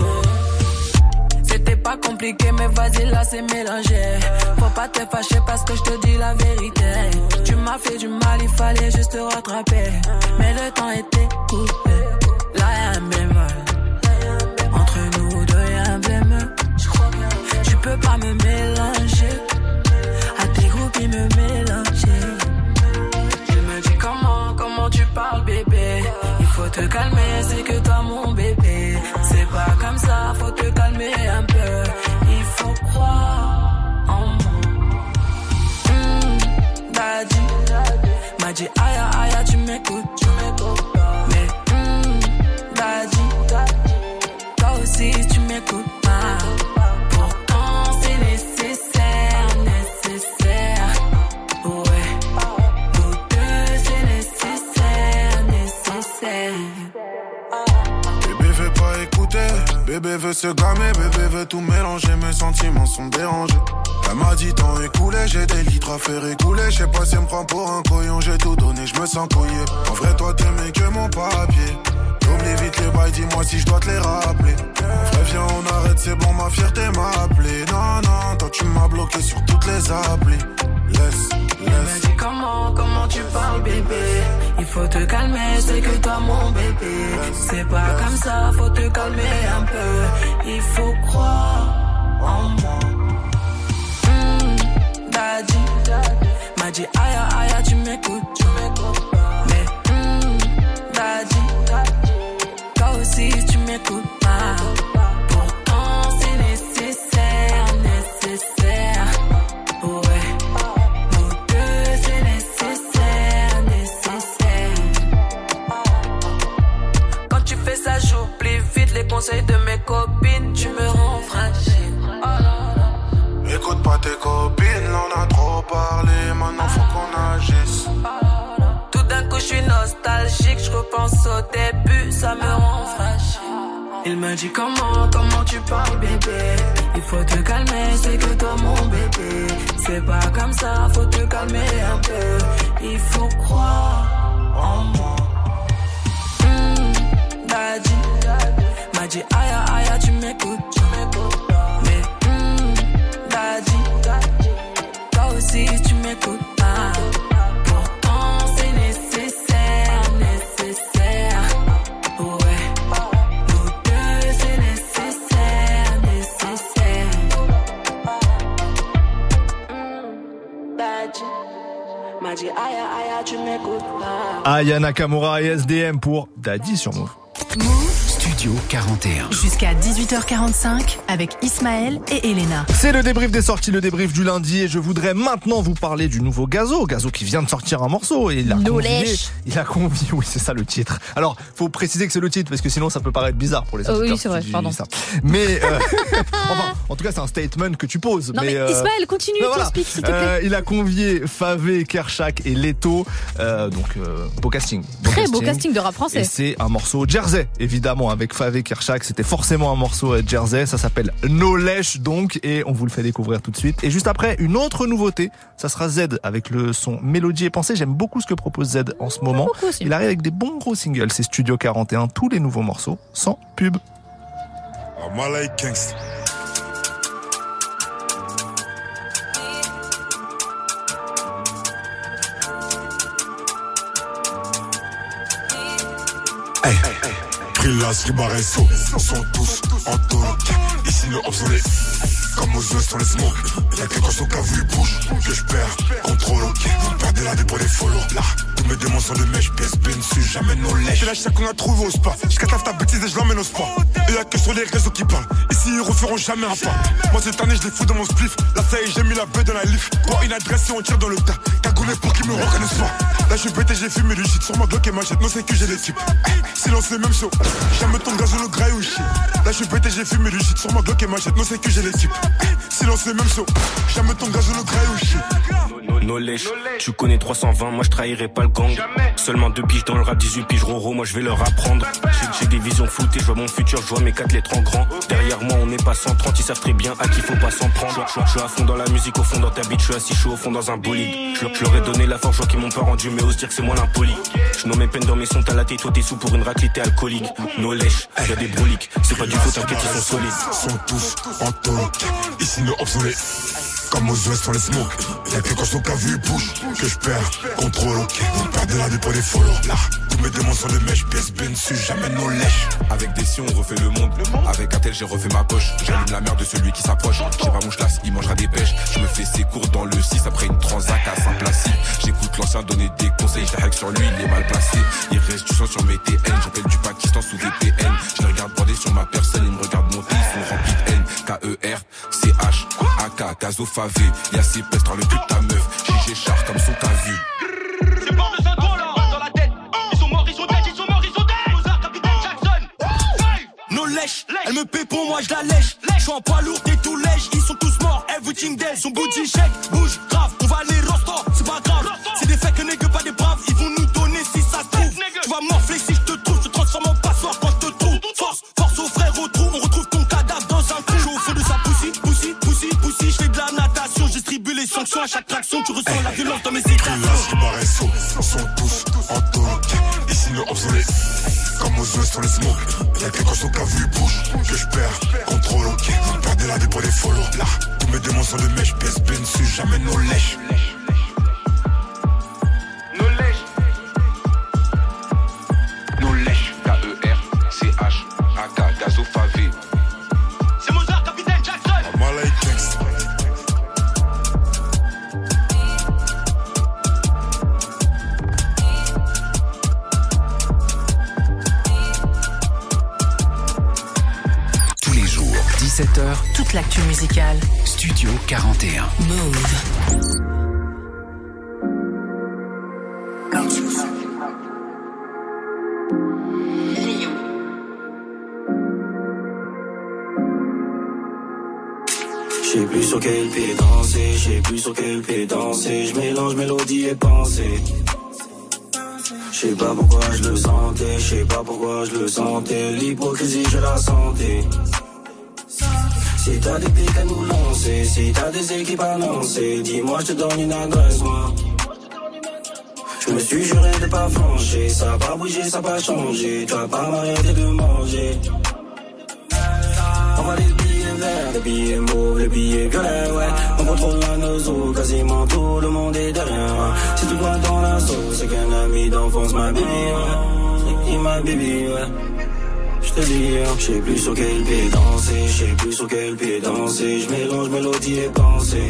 S8: pas compliqué, mais vas-y, là, c'est mélangé. Faut pas te fâcher parce que je te dis la vérité. Tu m'as fait du mal, il fallait juste te rattraper. Mais le temps était coupé. Là, y'a un bémol. Entre nous deux, y'a un bémol. Tu peux pas me mélanger. À tes groupes, ils me mélanger. Il me dit comment, comment tu parles, bébé. Il faut te calmer, c'est que toi, mon bébé. C'est pas comme ça, faut te calmer un peu. Il faut croire en moi. Mmh, daddy m'a dit aïe aïe, tu m'écoutes, tu m'écoutes. Mais mmh, daddy, toi aussi tu m'écoutes pas. Pourtant c'est nécessaire, nécessaire. Ouais, nous deux c'est nécessaire, nécessaire.
S5: Bébé veut pas écouter, bébé veut se gamer, bébé veut tout mélanger, mes sentiments sont dérangés. Elle m'a dit temps écoulé, j'ai des litres à faire écouler. Je sais pas si elle me prend pour un couillon, j'ai tout donné, je me sens couillé. En vrai toi t'aimais que mon papier. Oublie vite les bails, dis-moi si je dois te les rappeler. En vrai viens on arrête, c'est bon, ma fierté m'a appelé. Non non, toi tu m'as bloqué sur toutes les applis. Laisse, laisse.
S8: Elle me dit comment, comment tu parles bébé. Il faut te calmer, c'est que toi mon bébé. C'est pas comme ça, faut te calmer un peu. Il faut croire en moi. Mmh, daddy m'a dit aïe aïe, tu m'écoutes, tu m'écoutes. Mais mmh, daddy, toi aussi tu m'écoutes pas. Pourtant c'est nécessaire, nécessaire. Ouais, nous deux c'est nécessaire, nécessaire. Quand tu fais ça, j'oublie vite les conseils de mes copines. Tu me rends fragile.
S5: Écoute pas tes copines, on a trop parlé, maintenant faut qu'on agisse.
S8: Tout d'un coup je suis nostalgique, je repense au début, ça me rend fragile. Il me dit comment, comment tu parles bébé. Il faut te calmer, c'est que toi mon bébé. C'est pas comme ça, faut te calmer un peu. Il faut croire en moi. Mmh, daddy m'a dit aïe aïe, tu m'écoutes, tu m'écoutes. Mais mmh, daddy, toi aussi tu m'écoutes pas. Pourtant c'est nécessaire, nécessaire. Ouais, nous deux c'est nécessaire, nécessaire. Mmh, daddy m'a dit aïe aïe, tu m'écoutes pas.
S1: Aya Nakamura et S D M pour Daddy sur Move.
S3: Move
S4: Studio quarante et un.
S3: jusqu'à dix-huit heures quarante-cinq avec Ismaël et Elena.
S1: C'est le débrief des sorties, le débrief du lundi, et je voudrais maintenant vous parler du nouveau Gazo. Gazo qui vient de sortir un morceau et il a
S2: No
S1: convié,
S2: lèche.
S1: il a convié, oui c'est ça le titre. Alors faut préciser que c'est le titre parce que sinon ça peut paraître bizarre pour les
S2: Oh
S1: auditeurs.
S2: oui, c'est vrai,
S1: si tu dis
S2: pardon.
S1: ça. Mais euh, enfin, en tout cas c'est un statement que tu poses.
S2: Non mais,
S1: euh,
S2: Ismaël, continue,
S1: ben voilà.
S2: t'expliques s'il te plaît.
S1: Euh, il a convié Favé, Kershak et Leto, euh, donc euh, beau casting.
S2: Très beau casting de rap français.
S1: Et c'est un morceau Jersey, évidemment, avec Favé, Kershak. C'était forcément un morceau euh, Jersey. Ça s'appelle No Lèche, donc, et on vous le fait découvrir tout de suite. Et juste après, une autre nouveauté, ça sera Z avec le son Mélodie et Pensée. J'aime beaucoup ce que propose Z en ce moment. Il arrive avec des bons gros singles. C'est Studio quarante et un, tous les nouveaux morceaux, sans pub.
S5: Hey, Trilas, Ribaresso, sont tous en taureau. Ici, nos hops, on est comme aux yeux, sans les smoke. Y'a que quand son cavou il bouge, que je perds contrôle. Vous perdez la vie pour les follow. Là, tous mes démons sont de mèche, P S B ne suit jamais nos lèches. C'est la chaque qu'on a trouvé au spa. J'catave ta bêtise et je l'emmène au spa. Et y'a que sur les réseaux qui parlent. Ici, ils referont jamais un pas. Moi, cette année, je les fous dans mon spliff. Là, ça y est, j'ai mis la baie dans la lift. Quoi, une adresse et on tire dans le tas. Cagoulé pour qu'ils me reconnaissent pas. Là, je suis pété, j'ai fumé du shit. Sur ma Glock et ma jette, non, c'est que j'ai les types. Silence, les mêmes shows. Jamais ton gaz le graille ou shit. Là, je suis pété, j'ai fumé du shit. Sur ma Glock et ma jette, non, c'est que j'ai les types. Silence, les mêmes shows. Jamais ton gaz le graille ou shit.
S15: No lèche, tu connais trois cent vingt, moi je trahirai pas le gang. Seulement deux piges dans le rap, dix-huit piges roro, moi je vais leur apprendre. J'ai des visions floutées, je vois mon futur, je vois mes quatre lettres en grand. Derrière moi on n'est pas cent trente, ils savent très bien à qui faut pas s'en prendre. Je suis à fond dans la musique, au fond dans ta bite, je suis assis chaud au fond dans un bolide. Je leur ai donné la force, je vois qu'ils m'ont pas rendu, mais ose dire que c'est moi l'impoli. Je nomme mes peines dans mes sons, t'as la tête, toi t'es sous pour une raclée, t'es alcoolique. No lèche, y'a des broliques, c'est pas du faux, t'inquiète, ils sont solides.
S16: Sont tous en tauque, ici nos obsolètes. Comme aux ouest sur les smokes. Y'a que quand je toque à vue bouche que je perds contrôle, ok. Vous perdez la vie pour des follow. Là, tous mes démons sont des mèches. P S B dessus, jamais nos lèches.
S17: Avec des si on refait le monde. Avec un tel j'ai refait ma poche. J'allume la merde de celui qui s'approche. J'ai pas mon chlasse, il mangera des pêches. Je me fais ses cours dans le six après une transac à Saint-Placide. J'écoute l'ancien donner des conseils. Je hack sur lui, il est mal placé. Il reste du sang sur mes T N. J'appelle du Pakistan sous V P N. Je les regarde bander sur ma personne. Ils me regardent monter, ils sont remplis de haine. K E R, C H, A K, Gazo Favé. Y'a ses pestes dans le cul de ta meuf. J G Char comme son t'as vu.
S18: C'est fort de Saint-Ouen là, dans la tête. Ils sont morts, ils sont dead, ils sont morts, ils sont dead. Mozart, capitaine Jackson.
S19: No lèche, elle me paie pour moi, je la lèche. Je suis en poids lourd, t'es tout lèche. Ils sont tous morts, everything dead. Son booty shake, bouge, grave. On va aller rosto, c'est pas grave. C'est des fakes nègres, pas des braves. Ils vont nous donner si ça se trouve. Tu vas morfler si je te trouve. Je te transforme en passoire quand je te trouve. Force, force au frère, retrouve. On retrouve ton cadavre dans un trou. Je suis au fond de sa poussie, poussie, poussie, poussie. Je fais de la natation, je distribue les sanctions à chaque traction. Tu ressens la violence dans mes citations.
S16: Les sont tous en tauque, ici nos obsolètes. Comme aux ouest sur les smokes. Y'a que quand je toque à vue bouche que je perds contrôle, ok. Vous perdez la vie pour des follow. Là, tous mes démons sont des mèches. P S B dessus, jamais nos lèches.
S18: Nos lèches.
S17: Nos lèches. K E R, C H, A K, Gazo Favé.
S18: C'est Mozart, capitaine Jackson.
S16: Malay Kings.
S4: dix-sept heures,
S3: toute l'actu musicale.
S4: Studio quarante et un.
S3: Move.
S20: J'sais plus sur quel pied danser, j'sais plus sur quel pied danser. J'mélange mélodie et pensée. J'sais pas pourquoi je le sentais, j'sais pas pourquoi je le sentais. L'hypocrisie je la sentais. Si t'as des pics à nous lancer, si t'as des équipes à lancer, dis-moi je te donne une adresse moi. Je me suis juré de pas flancher, ça a pas bougé, ça a pas changé. Tu vas pas m'arrêter de manger. On va les billets verts, les billets mauves, les billets violets, ouais. On contrôle la nozo, quasiment tout le monde est derrière. Si tu vois dans la sauce, c'est qu'un ami d'enfance m'a baby, ouais. Il m'a baby, ouais. J'te dis, j'sais plus sur quel pied danser, j'sais plus sur quel pied danser. J'mélange mélodie et pensée.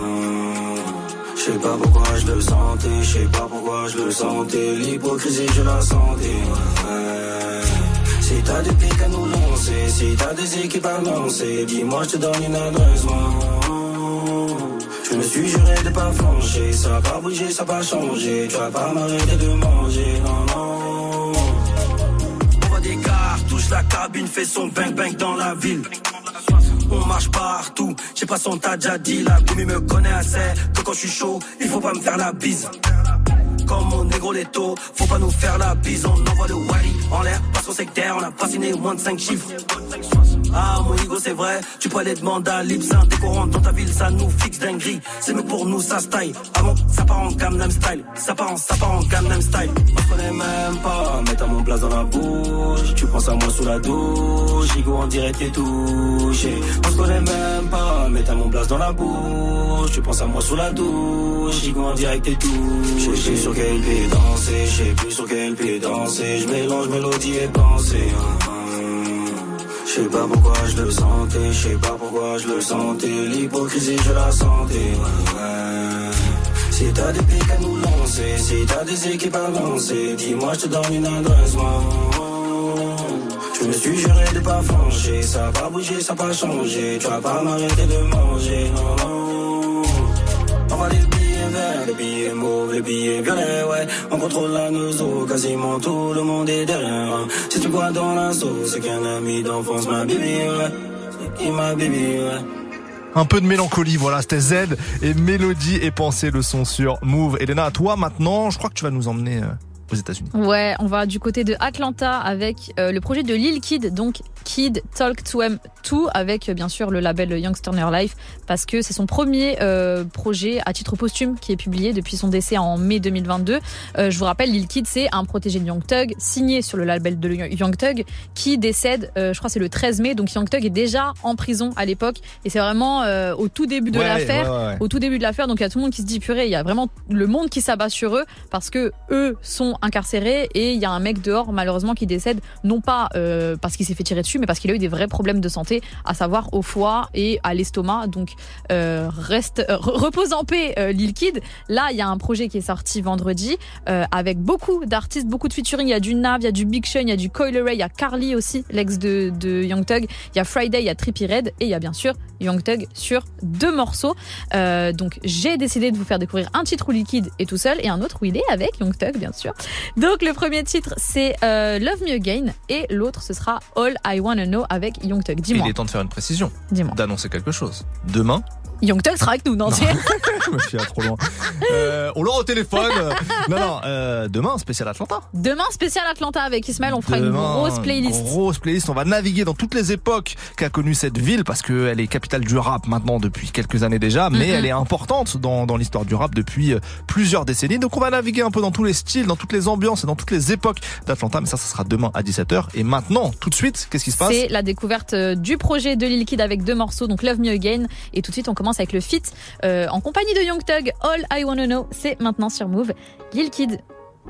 S20: J'sais pas pourquoi je le sentais, j'sais pas pourquoi je le sentais. L'hypocrisie je la sentais. Si t'as des pics à nous lancer, si t'as des équipes à lancer, dis-moi je te donne une adresse moi. Je me suis juré de pas flancher, ça a pas bougé, ça a pas changé. Tu vas pas m'arrêter de manger, non non. On va des cartouches, la cabine fait son bang bang dans la ville. On marche partout, j'ai pas son t'as déjà dit. La Bumi me connaît assez, que quand je suis chaud, il faut pas me faire la bise. Comme mon négro Leto, faut pas nous faire la bise. On envoie le Wally en l'air, parce qu'on sait que terre, on a pas signé moins de cinq chiffres. Ah mon ego c'est vrai, tu peux aller demander à Lipsin. T'es courant dans ta ville, ça nous fixe dinguerie. C'est nous pour nous, ça style. Ah bon, ça part en Gangnam Style. Ça part en, ça part en Gangnam Style. On se connaît même pas, mets à mon place dans la bouche. Tu penses à moi sous la douche, Igo en direct et touché. On se connaît même pas, mets à mon place dans la bouche. Tu penses à moi sous la douche, Igo en direct et touché. J'sais sur quel pied danser, j'sais plus sur quel pied danser. J'mélange mélodie et pensée. Je sais pas pourquoi je le sentais, je sais pas pourquoi je le sentais. L'hypocrisie je la sentais, ouais, ouais. Si t'as des pics à nous lancer, si t'as des équipes à lancer, dis-moi je te donne une adresse moi. Je me suis juré de pas flancher, ça a pas bougé, ça a pas changé. Tu vas pas m'arrêter de manger, non, non. On va les billets verts, les billets mauves, les billets violets, ouais. On contrôle la nozo, quasiment tout le monde est derrière. Si tu bois dans la sauce, c'est qu'un ami d'enfance m'a baby, ouais. Il m'a baby, ouais.
S1: Un peu de mélancolie, voilà, c'était Z et Mélodie et Pensée, le son sur Move. Elena, à toi maintenant, je crois que tu vas nous emmener euh, aux États-Unis.
S2: Ouais, on va du côté de Atlanta avec euh, le projet de Lil Kid, donc Kid Talk to M deux, avec euh, bien sûr le label Youngstoner Life, parce que c'est son premier euh, projet à titre posthume qui est publié depuis son décès en mai deux mille vingt-deux. Euh, je vous rappelle, Lil Kid, c'est un protégé de Young Thug, signé sur le label de Young Thug, qui décède, euh, je crois que c'est le treize mai, donc Young Thug est déjà en prison à l'époque, et c'est vraiment euh, au tout début de
S1: ouais,
S2: l'affaire,
S1: ouais, ouais.
S2: au tout début de l'affaire, donc il y a tout le monde qui se dit purée, il y a vraiment le monde qui s'abat sur eux, parce que eux sont incarcérés, et il y a un mec dehors malheureusement qui décède, non pas euh, parce qu'il s'est fait tirer dessus, mais parce qu'il a eu des vrais problèmes de santé, à savoir au foie et à l'estomac. Donc euh, reste euh, repose en paix euh, Lil Kid. Là il y a un projet qui est sorti vendredi euh, avec beaucoup d'artistes, beaucoup de featuring. Il y a du Nav, il y a du Big Sean, il y a du Coi Leray, il y a Carly aussi, l'ex de, de Young Thug, il y a Friday, il y a Trippie Redd, et il y a bien sûr Young Thug sur deux morceaux. Euh, donc j'ai décidé de vous faire découvrir un titre où Lil Kid est tout seul et un autre où il est avec Young Thug bien sûr. Donc le premier titre c'est euh, Love Me Again et l'autre ce sera All I Wanna Know avec Young Thug. Dis-moi.
S1: Il est temps de faire une précision.
S2: Dis-moi.
S1: D'annoncer quelque chose. Demain.
S2: Young Thug sera avec nous, non, non.
S1: Je me suis allé trop loin. Euh, on l'aura au téléphone. Non, non, euh, demain, spécial Atlanta.
S2: Demain, spécial Atlanta avec Ismaël, on fera
S1: demain,
S2: une grosse playlist.
S1: Grosse playlist, on va naviguer dans toutes les époques qu'a connu cette ville, parce qu'elle est capitale du rap maintenant depuis quelques années déjà, mais mm-hmm. elle est importante dans, dans l'histoire du rap depuis plusieurs décennies. Donc on va naviguer un peu dans tous les styles, dans toutes les ambiances et dans toutes les époques d'Atlanta, mais ça, ça sera demain à dix-sept heures. Et maintenant, tout de suite, qu'est-ce qui se passe?
S2: C'est la découverte du projet de Lil Kid avec deux morceaux, donc Love Me Again, et tout de suite on commence avec le feat Euh, en compagnie de Young Thug, All I Wanna Know, c'est maintenant sur Move, Lil Kid.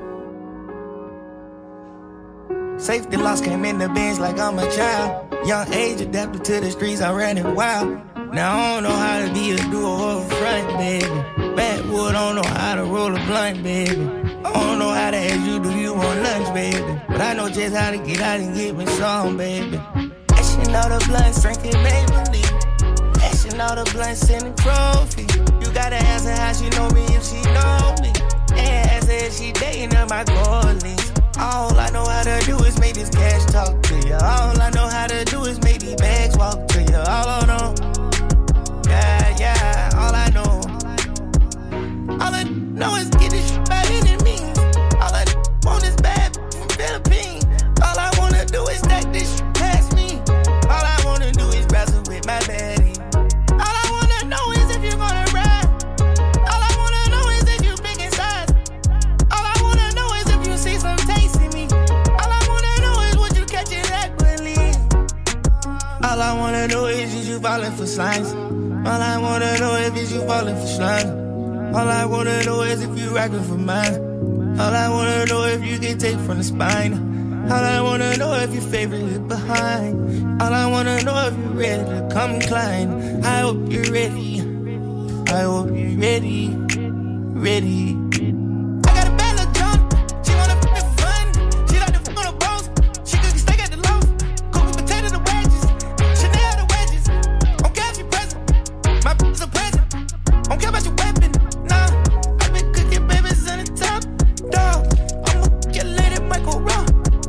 S14: Safety loss came in the Benz like I'm a child. Young age adapted to the streets, I ran it wild. Now I don't know how to be a duo or a front, baby. Backwood, I don't know how to roll a blunt, baby. I don't know how to ask you, do you want lunch, baby? But I know just how to get out and get me some, baby. Ashing all the blunts, drinking Maybelline. Ashing all the blunts, sending trophy. You gotta ask her how she know me if she know me. And ask her if she dating her, my goalies. All I know how to do is make this cash talk to you. All I know how to do is make these bags walk to you. All I know, yeah, yeah, all I know. All I know is get this shit by any means. All I want is bad from Philippines. All I wanna do is stack this shit past me. All I wanna do is wrestle with my baddie. All I wanna know is if you're gonna ride. All I wanna know is if you big in size. All I wanna know is if you see some taste in me. All I wanna know is what you catching that believe. All I wanna know is is you falling for signs. All I wanna know is is you falling for slime. All I wanna know is if you rockin' for mine. All I wanna know if you can take from the spine. All I wanna know if your favorite is behind. All I wanna know if you're ready to come climb. I hope you're ready. I hope you're ready. Ready. I got a bad little John. She wanna f me for fun. She like to f on the bones. She could steak at the loaf. Cook with potato the wedges. Chanel the wedges. Don't care if you're present. My is a present. Don't care about your weapon. Nah. I've been cooking babies on the top. Dog. I'ma get lady Michael Raw.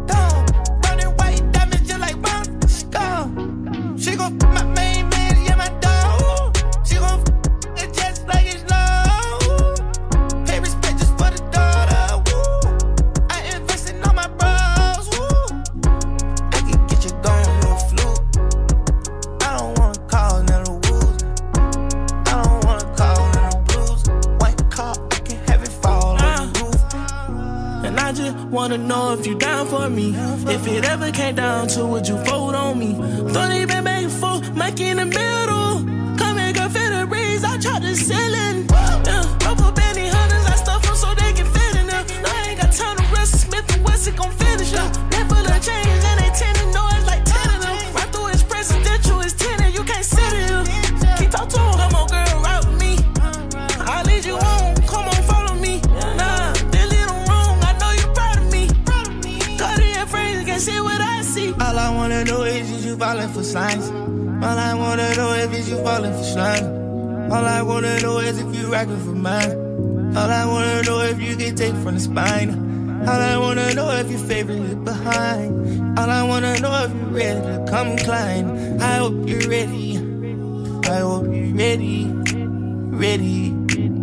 S14: She gon' f my main man, yeah, my dog. She gon' f it just like it's low. Pay respect just for the daughter, woo. I invest in all my bros, woo. I can get you going with a fluke. I don't wanna call none of the woos. I don't wanna call none of the blues. White car, I can have it fall uh, on the roof.
S19: And I just wanna know if you down for me. If it ever came down to, would you fold on me? Don't even make a fool, Mike in the middle. Come and go fit the breeze, I tried to ceiling. Yeah, couple Benny hunters, I stuff them so they can fit in them. No, I ain't got time to rest, Smith and Wesson gon' finish them. That full of change and they tending noise like ten of them. Right through his presidential, it's ten, you can't sit in him. Keep talk to him, come on girl, ride with me. I'll lead you on, come on follow me. Nah, they lead them wrong, I know you proud of me. Cody and friends can't see what I see.
S14: All I wanna know is is you falling for signs. All I wanna know is is you falling for slime. All I wanna know is if you rockin' for mine. All I wanna know if you can take from the spine. All I wanna know if your favorite is behind. All I wanna know if you're ready to come climb. I hope you're ready.
S7: I hope you're ready, ready.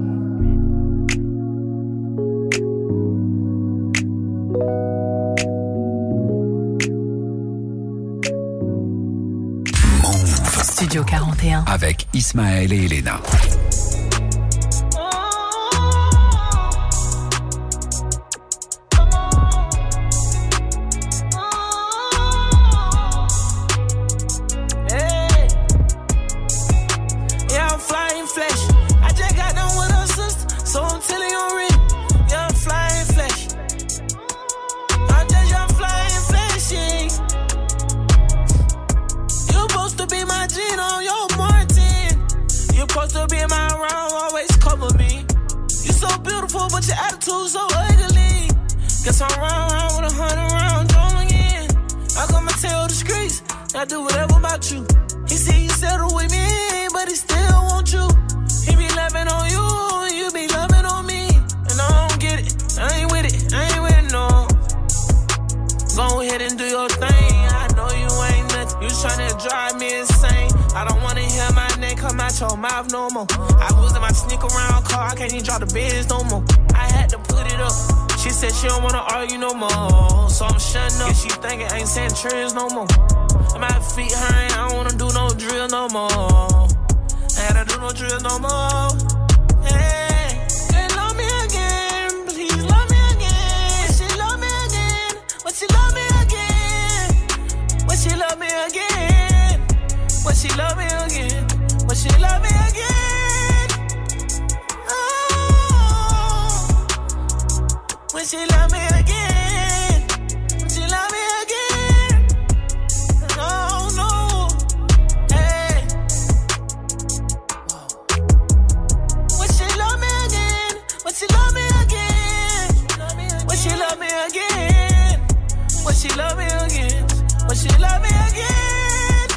S3: Studio quarante et un.
S4: Avec Ismaël et Elena.
S21: But your attitude so ugly. Guess I'm round, round with a hundred round drum again. I got my tail the streets, I do whatever about you. He said he settled with me, but he still want you. He be loving on you, you be loving on me. And I don't get it, I ain't with it, I ain't with it, no. Go ahead and do your thing, I know you ain't nothing. You tryna drive me insane. I don't wanna hear my name come out your mouth no more. I was in my sneak around car, I can't even drop the biz no more. I had to put it up. She said she don't wanna argue no more, so I'm shutting up. She thinking ain't saying trends no more. My feet high, I don't wanna do no drill no more. I had to do no drill no more. Hey, hey, love me again, please love me again. When she love me again, when she love me again, when she love me again, when she love me again, when she love me again. Oh, when she love me again, when she love me again. No, no, hey. When she love me again, when she love me again, when she love me again, when she love me again, when she love me again.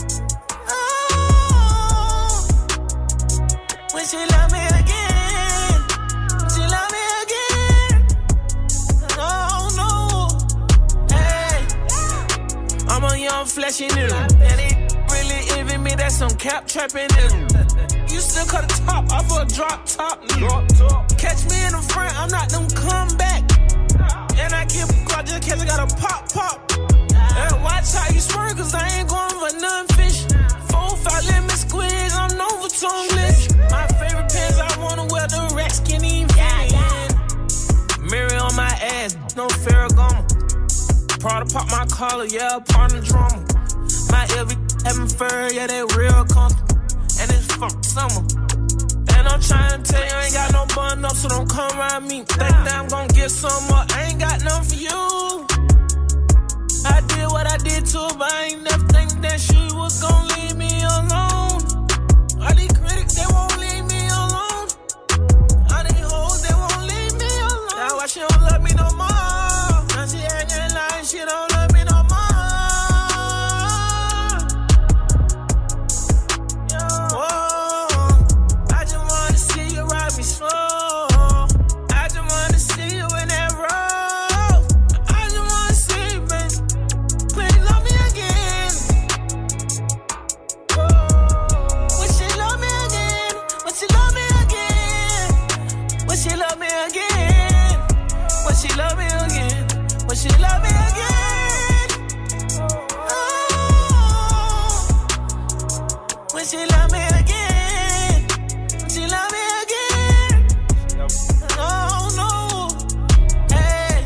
S21: Oh, when she love me again, she love me again. No, no, hey. I'm a young fleshy nigga, and they really envy me. That's some cap trapping nigga. You still cut the top off a drop top nigga. Catch me in the front, I'm not them come back. And I keep a just in case I got a pop pop. And watch how you swerve, cause I ain't going for none fish. Four, five lemon squeeze, I'm known for tongueless. My favorite pants, I wanna wear the racks, can't even fit in. Mirror on my ass, no Ferragamo. Prada pop my collar, yeah, part of the drama. My L V having fur, yeah, they real comfortable. And it's fuck summer. And I'm trying to tell you, I ain't got no bun up, so don't come around me. Think that I'm gonna get some more, I ain't got none for you. I did what I did to her, but I ain't never think that she was gonna leave me alone. All these critics, they won't leave me alone. All these hoes, they won't leave me alone. Now why she don't love me no more? Now she acting like she don't love me no more. Yeah. Whoa, I just wanna see you ride me slow. I just wanna see you in that road. I just wanna see you, baby. Please love me again. Whoa. When she love me again, when she love me again, when she love me again, when she love me again, when she love me again. Oh, when she love me again, when she love me again. No, no, hey.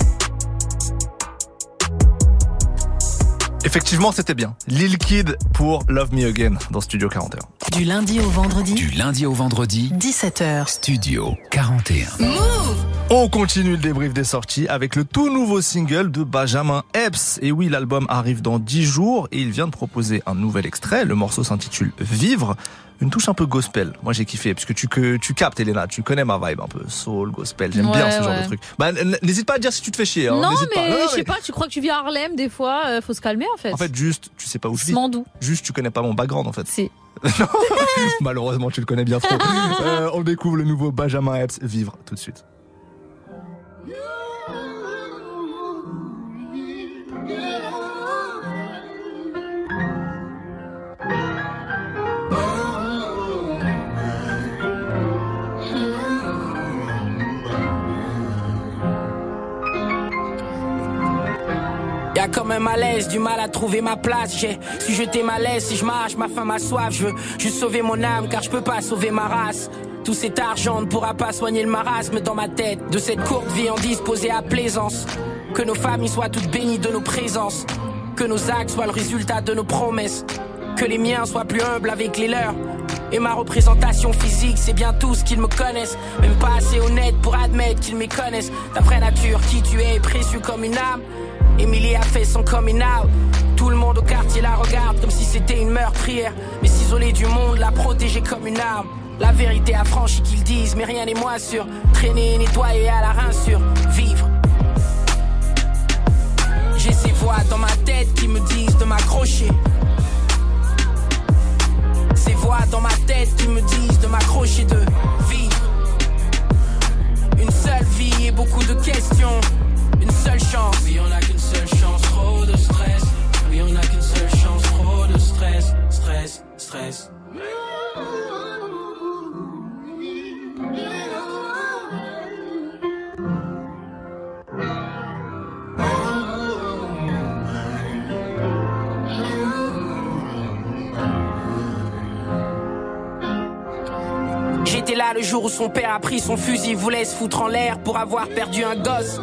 S1: Effectivement, c'était bien. Lil Kid pour Love Me Again dans Studio quarante et un.
S3: Du lundi au vendredi.
S4: Du lundi au vendredi.
S3: dix-sept heures.
S4: Studio quarante et un.
S3: Move!
S1: On continue le débrief des sorties avec le tout nouveau single de Benjamin Epps. Et oui, l'album arrive dans dix jours et il vient de proposer un nouvel extrait. Le morceau s'intitule Vivre. Une touche un peu gospel. Moi, j'ai kiffé parce que tu, que tu captes, Elena. Tu connais ma vibe un peu. Soul, gospel. J'aime
S2: Ouais,
S1: bien ce genre
S2: ouais.
S1: de truc. Bah, n'hésite pas à dire si tu te fais chier. Hein.
S2: Non,
S1: N'hésite
S2: mais,
S1: pas. Non, non,
S2: je sais pas, tu crois que tu vis à Harlem des fois, euh, faut se calmer en fait.
S1: En fait, juste, tu sais pas où je vis.
S2: Smandou.
S1: Juste, tu connais pas mon background en fait.
S2: Si.
S1: Malheureusement, tu le connais bien trop. euh, on découvre le nouveau Benjamin Epps, Vivre, tout de suite.
S10: Oh,
S8: Y'a comme un malaise, du mal à trouver ma place. J'ai su jeter ma laisse, si je marche, ma faim, ma soif. Je veux juste sauver mon âme, car je peux pas sauver ma race. Tout cet argent ne pourra pas soigner le marasme dans ma tête. De cette courte vie en disposée à plaisance. Que nos familles soient toutes bénies de nos présences. Que nos actes soient le résultat de nos promesses. Que les miens soient plus humbles avec les leurs. Et ma représentation physique, c'est bien tout ce qu'ils me connaissent. Même pas assez honnête pour admettre qu'ils me connaissent. Ta vraie nature, qui tu es, précieux comme une âme. Emily a fait son coming out. Tout le monde au quartier la regarde comme si c'était une meurtrière. Mais s'isoler du monde, la protéger comme une arme. La vérité affranchie qu'ils disent, mais rien n'est moins sûr. Traîner, nettoyer à la rinsure, vivre. J'ai ces voix dans ma tête qui me disent de m'accrocher. Ces voix dans ma tête qui me disent de m'accrocher, de vivre. Une seule vie et beaucoup de questions. Une seule chance. Oui, on a qu'une seule chance, trop de stress. Oui, on a qu'une seule chance, trop de stress. Stress, stress. J'étais là le jour où son père a pris son fusil, voulait se foutre en l'air pour avoir perdu un gosse.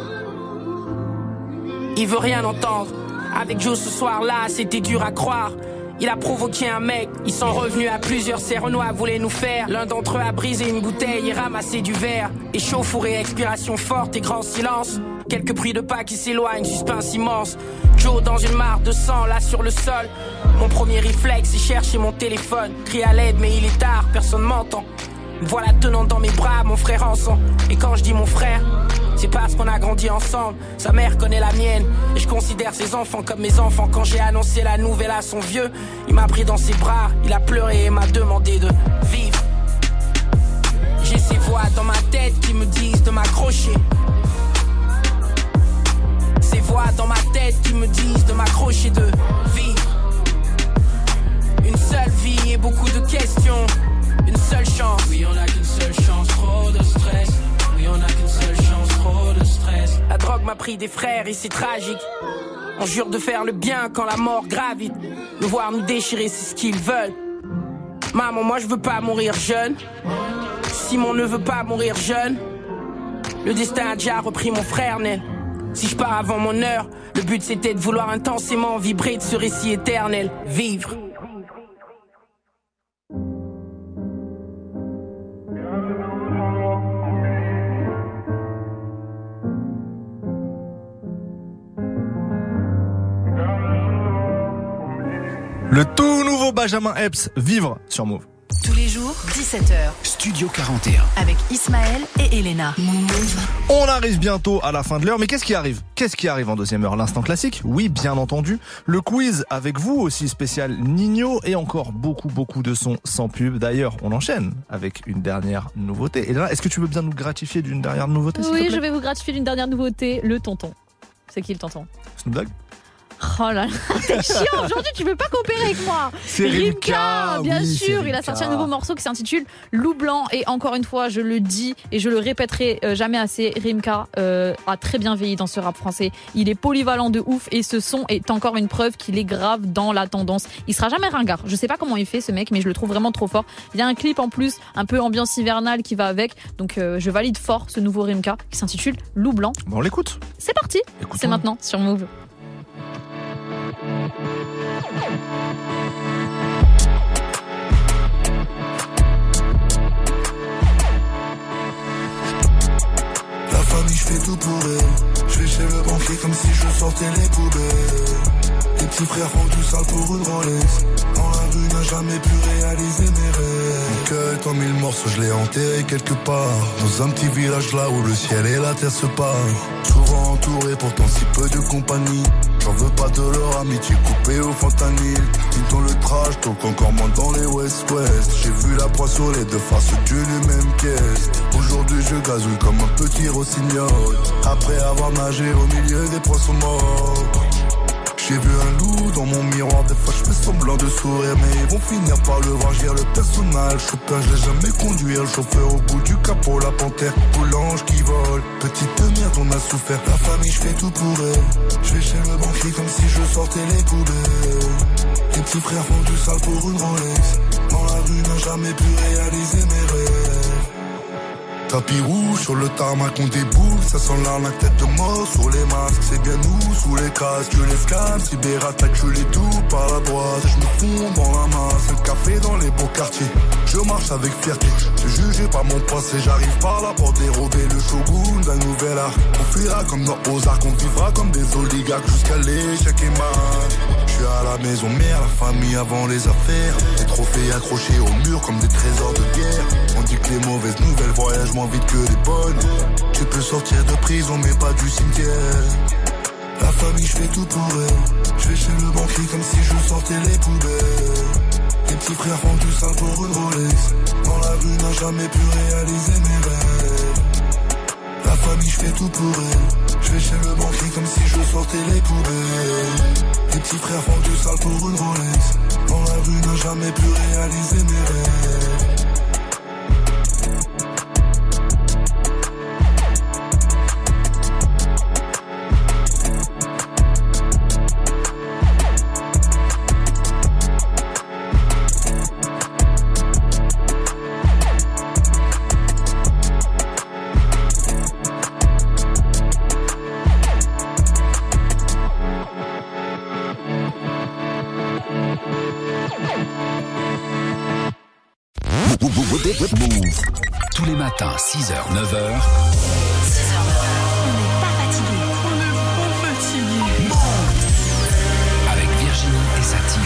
S8: Il veut rien entendre. Avec Joe ce soir-là, c'était dur à croire. Il a provoqué un mec, ils sont revenus à plusieurs. Ces Renois voulaient nous faire. L'un d'entre eux a brisé une bouteille et ramassé du verre. Échauffourée, expiration forte et grand silence. Quelques bruits de pas qui s'éloignent, suspense immense. Joe dans une mare de sang, là sur le sol. Mon premier réflexe, c'est chercher mon téléphone. Crie à l'aide, mais il est tard, personne m'entend. Me voilà tenant dans mes bras mon frère en sang. Et quand je dis mon frère, c'est parce qu'on a grandi ensemble. Sa mère connaît la mienne et je considère ses enfants comme mes enfants. Quand j'ai annoncé la nouvelle à son vieux, il m'a pris dans ses bras, il a pleuré et m'a demandé de vivre. J'ai ces voix dans ma tête qui me disent de m'accrocher. Ces voix dans ma tête qui me disent de m'accrocher, de vivre. Une seule vie et beaucoup de questions. Une seule chance. Oui, on a qu'une seule chance, trop de stress. Oui, on a qu'une seule chance, trop de stress. La drogue m'a pris des frères et c'est tragique. On jure de faire le bien quand la mort gravite. Nous voir nous déchirer, c'est ce qu'ils veulent. Maman, moi je veux pas mourir jeune. Simon ne veut pas mourir jeune. Le destin a déjà repris mon frère Nel. Si je pars avant mon heure, le but c'était de vouloir intensément vibrer de ce récit éternel. Vivre.
S1: Le tout nouveau Benjamin Epps, Vivre sur Move.
S3: Tous les jours, dix-sept heures.
S4: Studio quarante et un.
S3: Avec Ismaël et Elena.
S1: On arrive bientôt à la fin de l'heure, mais qu'est-ce qui arrive ? Qu'est-ce qui arrive en deuxième heure ? L'instant classique ? Oui, bien entendu. Le quiz avec vous aussi, spécial Nino, et encore beaucoup, beaucoup de sons sans pub. D'ailleurs, on enchaîne avec une dernière nouveauté. Elena, est-ce que tu veux bien nous gratifier d'une dernière nouveauté ?
S2: Oui, je vais vous gratifier d'une dernière nouveauté, le tonton. C'est qui le tonton ?
S1: Snoop Dogg ?
S2: Oh là là, t'es chiant aujourd'hui, tu veux pas coopérer avec moi.
S1: C'est Rimka,
S2: bien
S1: oui,
S2: sûr,
S1: c'est
S2: il a sorti un nouveau morceau qui s'intitule Loup Blanc. Et encore une fois, je le dis et je le répéterai euh, jamais assez, Rimka euh, a très bien vieilli dans ce rap français. Il est polyvalent de ouf et ce son est encore une preuve qu'il est grave dans la tendance. Il sera jamais ringard, je sais pas comment il fait ce mec, mais je le trouve vraiment trop fort. Il y a un clip en plus, un peu ambiance hivernale qui va avec, donc euh, je valide fort ce nouveau Rimka qui s'intitule Loup Blanc.
S1: Bon, on l'écoute.
S2: C'est parti,
S1: Écoutons.
S2: C'est maintenant sur Move.
S10: La famille, je fais tout pour elle. Je vais chez le banquier comme si je sortais les poubelles. Les petits frères font tout sale pour une Rolex. Dans la rue, n'a jamais pu réaliser mes rêves. Mon cœur est en mille morceaux, je l'ai enterré quelque part. Dans un petit village là où le ciel et la terre se parlent. Souvent entouré, pourtant si peu de compagnie. J'en veux pas de leur amitié coupée au fentanyl. Ils dans le trash, donc encore moins dans les West-West. J'ai vu la proie sur les deux faces d'une même pièce. Aujourd'hui je gazouille comme un petit rossignol. Après avoir nagé au milieu des poissons morts. J'ai vu un loup dans mon miroir, des fois je fais semblant de sourire, mais ils vont finir par le voir. J'ai le personnage, chauffeur, je l'ai jamais conduit. Le chauffeur au bout du capot, la panthère, ou l'ange qui vole. Petite merde, on a souffert. La famille, je fais tout pour elle. Je vais chez le banquier comme si je sortais les poubelles. Les petits frères font du sale pour une Rolex. Dans la rue, n'a jamais pu réaliser mes rêves. Tapis rouge sur le tarmac, on déboule. Ça sent l'arnaque, tête de mort sur les masques. C'est bien nous, sous les casques, je les scanne. Cyberattaque, je les double par la droite. Je me fonds dans la masse, le café dans les beaux quartiers. Je marche avec fierté, je jugé par mon passé. J'arrive par là pour dérober le shogun d'un nouvel art. On fuira comme dans Ozark, on vivra comme des oligarques jusqu'à l'échec et mat. Je suis à la maison mère, la famille avant les affaires. Les trophées accrochés au mur comme des trésors de guerre. On dit que les mauvaises nouvelles voyagent moins vite que les bonnes. Tu peux sortir de prison mais pas du cimetière. La famille, je fais tout pour elle. Je vais chez le banquier comme si je sortais les poubelles. Les petits frères font du sale pour une Rolex. Dans la rue, n'a jamais pu réaliser mes rêves. La famille, je fais tout pour elle. Je vais chez le banquier comme si je sortais les poubelles. Les petits frères font du sale pour une Rolex. Dans la rue, n'a jamais pu réaliser mes rêves.
S4: Move. Tous les matins, six heures, neuf heures.
S3: six heures, neuf heures. On n'est pas fatigué. On n'est pas fatigué.
S4: Avec Virginie et sa team.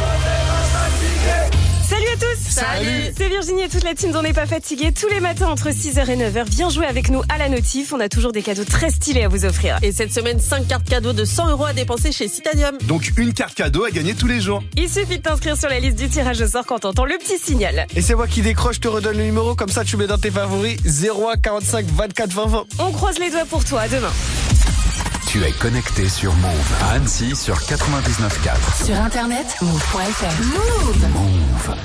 S9: Salut à tous.
S2: Salut.
S9: C'est Virginie et toute la team d'On n'est pas fatigué. Tous les matins entre six heures et neuf heures, viens jouer avec nous à la notif. On a toujours des cadeaux très stylés à vous offrir.
S22: Et cette semaine, cinq cartes cadeaux de cent euros à dépenser chez Citadium.
S1: Donc une carte cadeau à gagner tous les jours.
S9: Il suffit de t'inscrire sur la liste du tirage au sort quand t'entends le petit signal.
S22: Et c'est moi qui décroche, je te redonne le numéro, comme ça tu mets dans tes favoris zéro un quarante-cinq vingt-quatre vingt vingt.
S9: On croise les doigts pour toi, à demain.
S4: Tu es connecté sur Move à Annecy sur quatre-vingt-dix-neuf virgule quatre.
S3: Sur internet, move point f r. Move.
S4: Move.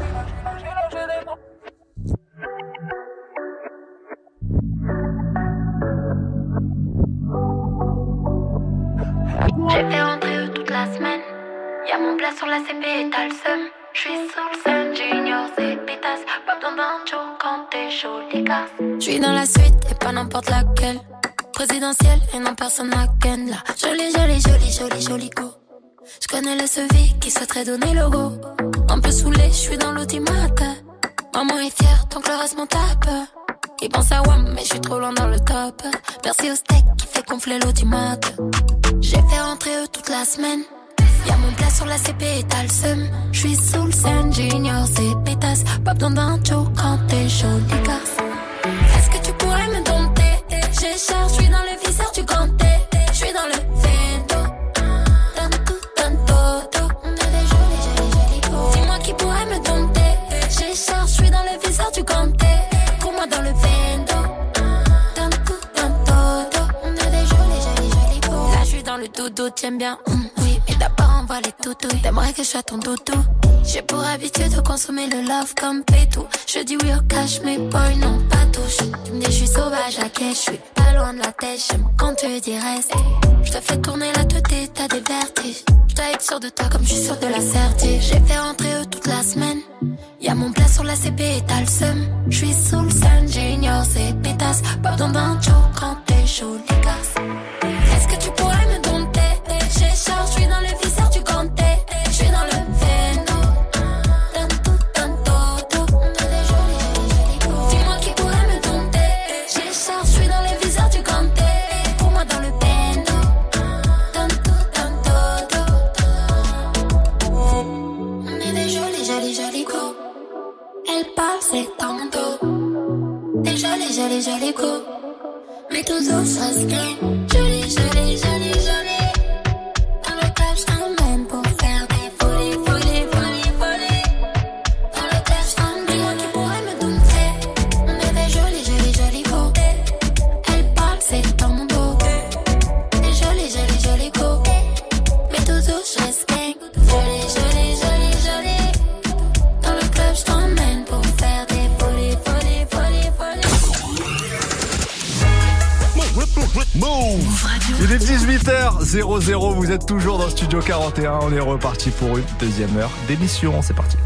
S23: J'ai fait rentrer eux toute la semaine. Y'a mon plat sur la C P et t'as le seum. J'suis sous le sun, junior, c'est pétasse. Pas besoin d'un show quand t'es chaud, les gars. J'suis dans la suite et pas n'importe laquelle. Présidentielle et non personne n'a ken là. Jolie, jolie, jolie, jolie, jolie go. J'connais le C V qui souhaiterait donner le go. Un peu saoulé, j'suis dans l'ultimate. Maman est fière tant que le reste m'en tape. Il pense à Wam mais j'suis trop loin dans le top. Merci au steak qui fait gonfler l'audimat. J'ai fait rentrer eux toute la semaine. Y'a mon plat sur la C P et t'as le seum. J'suis sous le scène, junior, c'est pétasse. Pas besoin d'un show quand t'es chaud, les gars. Est-ce que tu pourrais me dompter? J'ai cher, j'suis dans le viseur du grand T. J'suis dans le vento. Tanto, tanto, on a des jolis, jolis, jolis go. Dis-moi qui pourrait me dompter. J'ai cher, j'suis dans le viseur du grand T. Pour moi dans le vento. Tanto, tanto, on a des jolis, jolis, jolis go. Là j'suis dans le dodo, t'aimes bien, mm, oui. Mais d'abord envoie les toutouilles. T'aimerais que je sois ton doudou. J'ai pour habitude de consommer le love comme pétou. Je dis oui au cash, mais boy non pas touche. Tu me dis je suis sauvage à quai, je suis pas loin de la tête. J'aime quand tu dis reste. Je te fais tourner la tête et t'as des vertiges. Je dois être sûr de toi comme je suis sûr de la certitude. J'ai fait rentrer eux toute la semaine. Y'a mon plat sur la C P et t'as le seum. Je suis sous le sun, junior, c'est pétasse. Pas besoin d'un show quand t'es chaud, les gars. Est-ce que tu pourrais me dompter? J'ai chaud, je suis dans le viseur du grand T. Je suis dans le veno. Tanto, tanto, on a des jolis, jolis, jolis go. Dis-moi qui pourrait me dompter. J'ai chaud, je suis dans le viseur du grand T. Pour moi dans le bendo. Tanto, tanto, on est des jolis, jolis, jolis go. Elle parle, c'est tanto. Des jolis, jolis, jolis go. Mais tous os ça se gagne. Jolie, jolie, jolie, jolie. Dans le club, j't'emmène pour faire des folies, folies, folies, folies. Dans le club, j't'emmène. Dis-moi qui pourrait me dompter. On est des jolis, jolis, jolis go. Elle parle, c'est dans mon dos. Des jolis, jolis, jolis go. Mais tous
S1: Il est dix-huit heures zéro, vous êtes toujours dans Studio quarante et un. On est reparti pour une deuxième heure d'émission. C'est parti.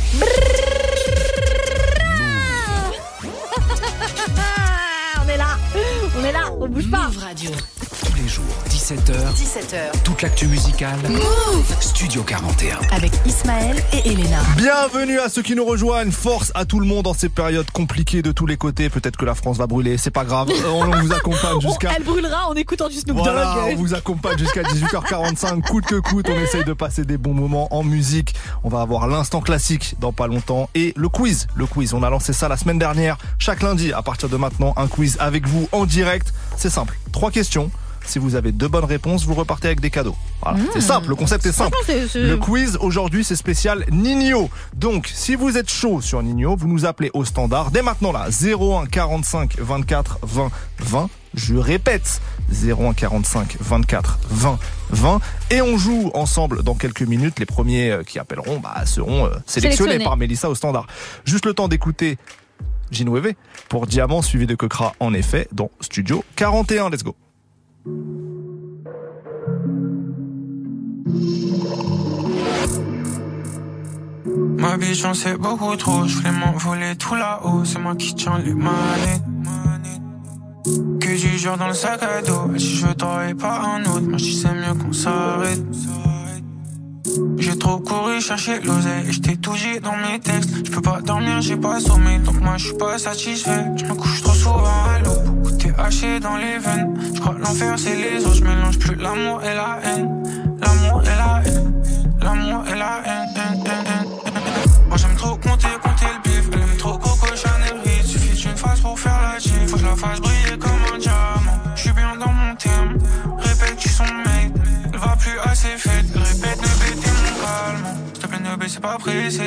S2: On est là, on est là, on bouge pas.
S4: Move Radio. Tous les jours, dix-sept heures.
S3: dix-sept heures.
S4: Toute l'actu musicale.
S3: Move
S4: Studio quarante et un.
S3: Avec Ismaël et Elena.
S1: Bienvenue à ceux qui nous rejoignent. Force à tout le monde dans ces périodes compliquées de tous les côtés. Peut-être que la France va brûler, c'est pas grave. On vous accompagne jusqu'à...
S2: Elle brûlera en écoutant du Snoop Dogg.
S1: Voilà, on vous accompagne jusqu'à dix-huit heures quarante-cinq. Coûte que coûte, on essaye de passer des bons moments en musique. On va avoir l'instant classique dans pas longtemps. Et le quiz, le quiz, on a lancé ça la semaine dernière. Chaque lundi, à partir de maintenant, un quiz avec vous en direct. C'est simple, trois questions. Si vous avez deux bonnes réponses, vous repartez avec des cadeaux. Voilà, mmh. C'est simple, le concept est simple.
S2: C'est, c'est...
S1: Le quiz aujourd'hui, c'est spécial Nino. Donc, si vous êtes chaud sur Nino, vous nous appelez au standard dès maintenant là, zéro un quarante-cinq vingt-quatre vingt vingt. Je répète, zéro un quarante-cinq vingt-quatre vingt vingt. Et on joue ensemble dans quelques minutes. Les premiers qui appelleront bah, seront euh, sélectionnés Sélectionné. par Mélissa au standard. Juste le temps d'écouter Gino Eve pour Diamant, suivi de Kekra en effet, dans Studio quarante et un. Let's go.
S21: Ma vie j'en sais beaucoup trop, je voulais m'envoler tout là-haut, c'est moi qui tiens les manettes. Que du jour dans le sac à dos, si je t'aurais pas un autre, moi je dis c'est mieux qu'on s'arrête. J'ai trop couru chercher l'oseille et j't'ai tout dit dans mes textes. Je peux pas dormir, j'ai pas sommeil, donc moi je suis pas satisfait. Je me couche trop souvent à l'eau, beaucoup t'es haché dans les veines. Je crois l'enfer c'est les autres, je mélange plus l'amour et la haine. L'amour et la haine, l'amour et la haine, haine, haine, haine. Moi j'aime trop compter, compter le bif. Elle aime trop Coco Chanel Reed. Suffit d'une phase pour faire la gym. Faut que je la fasse briller comme un diamant. J'suis bien dans mon terme. Répète tu son mec. Elle va plus assez faite. Elle répète ne bêter mon calme. S'il te plaît ne baisse pas pressé.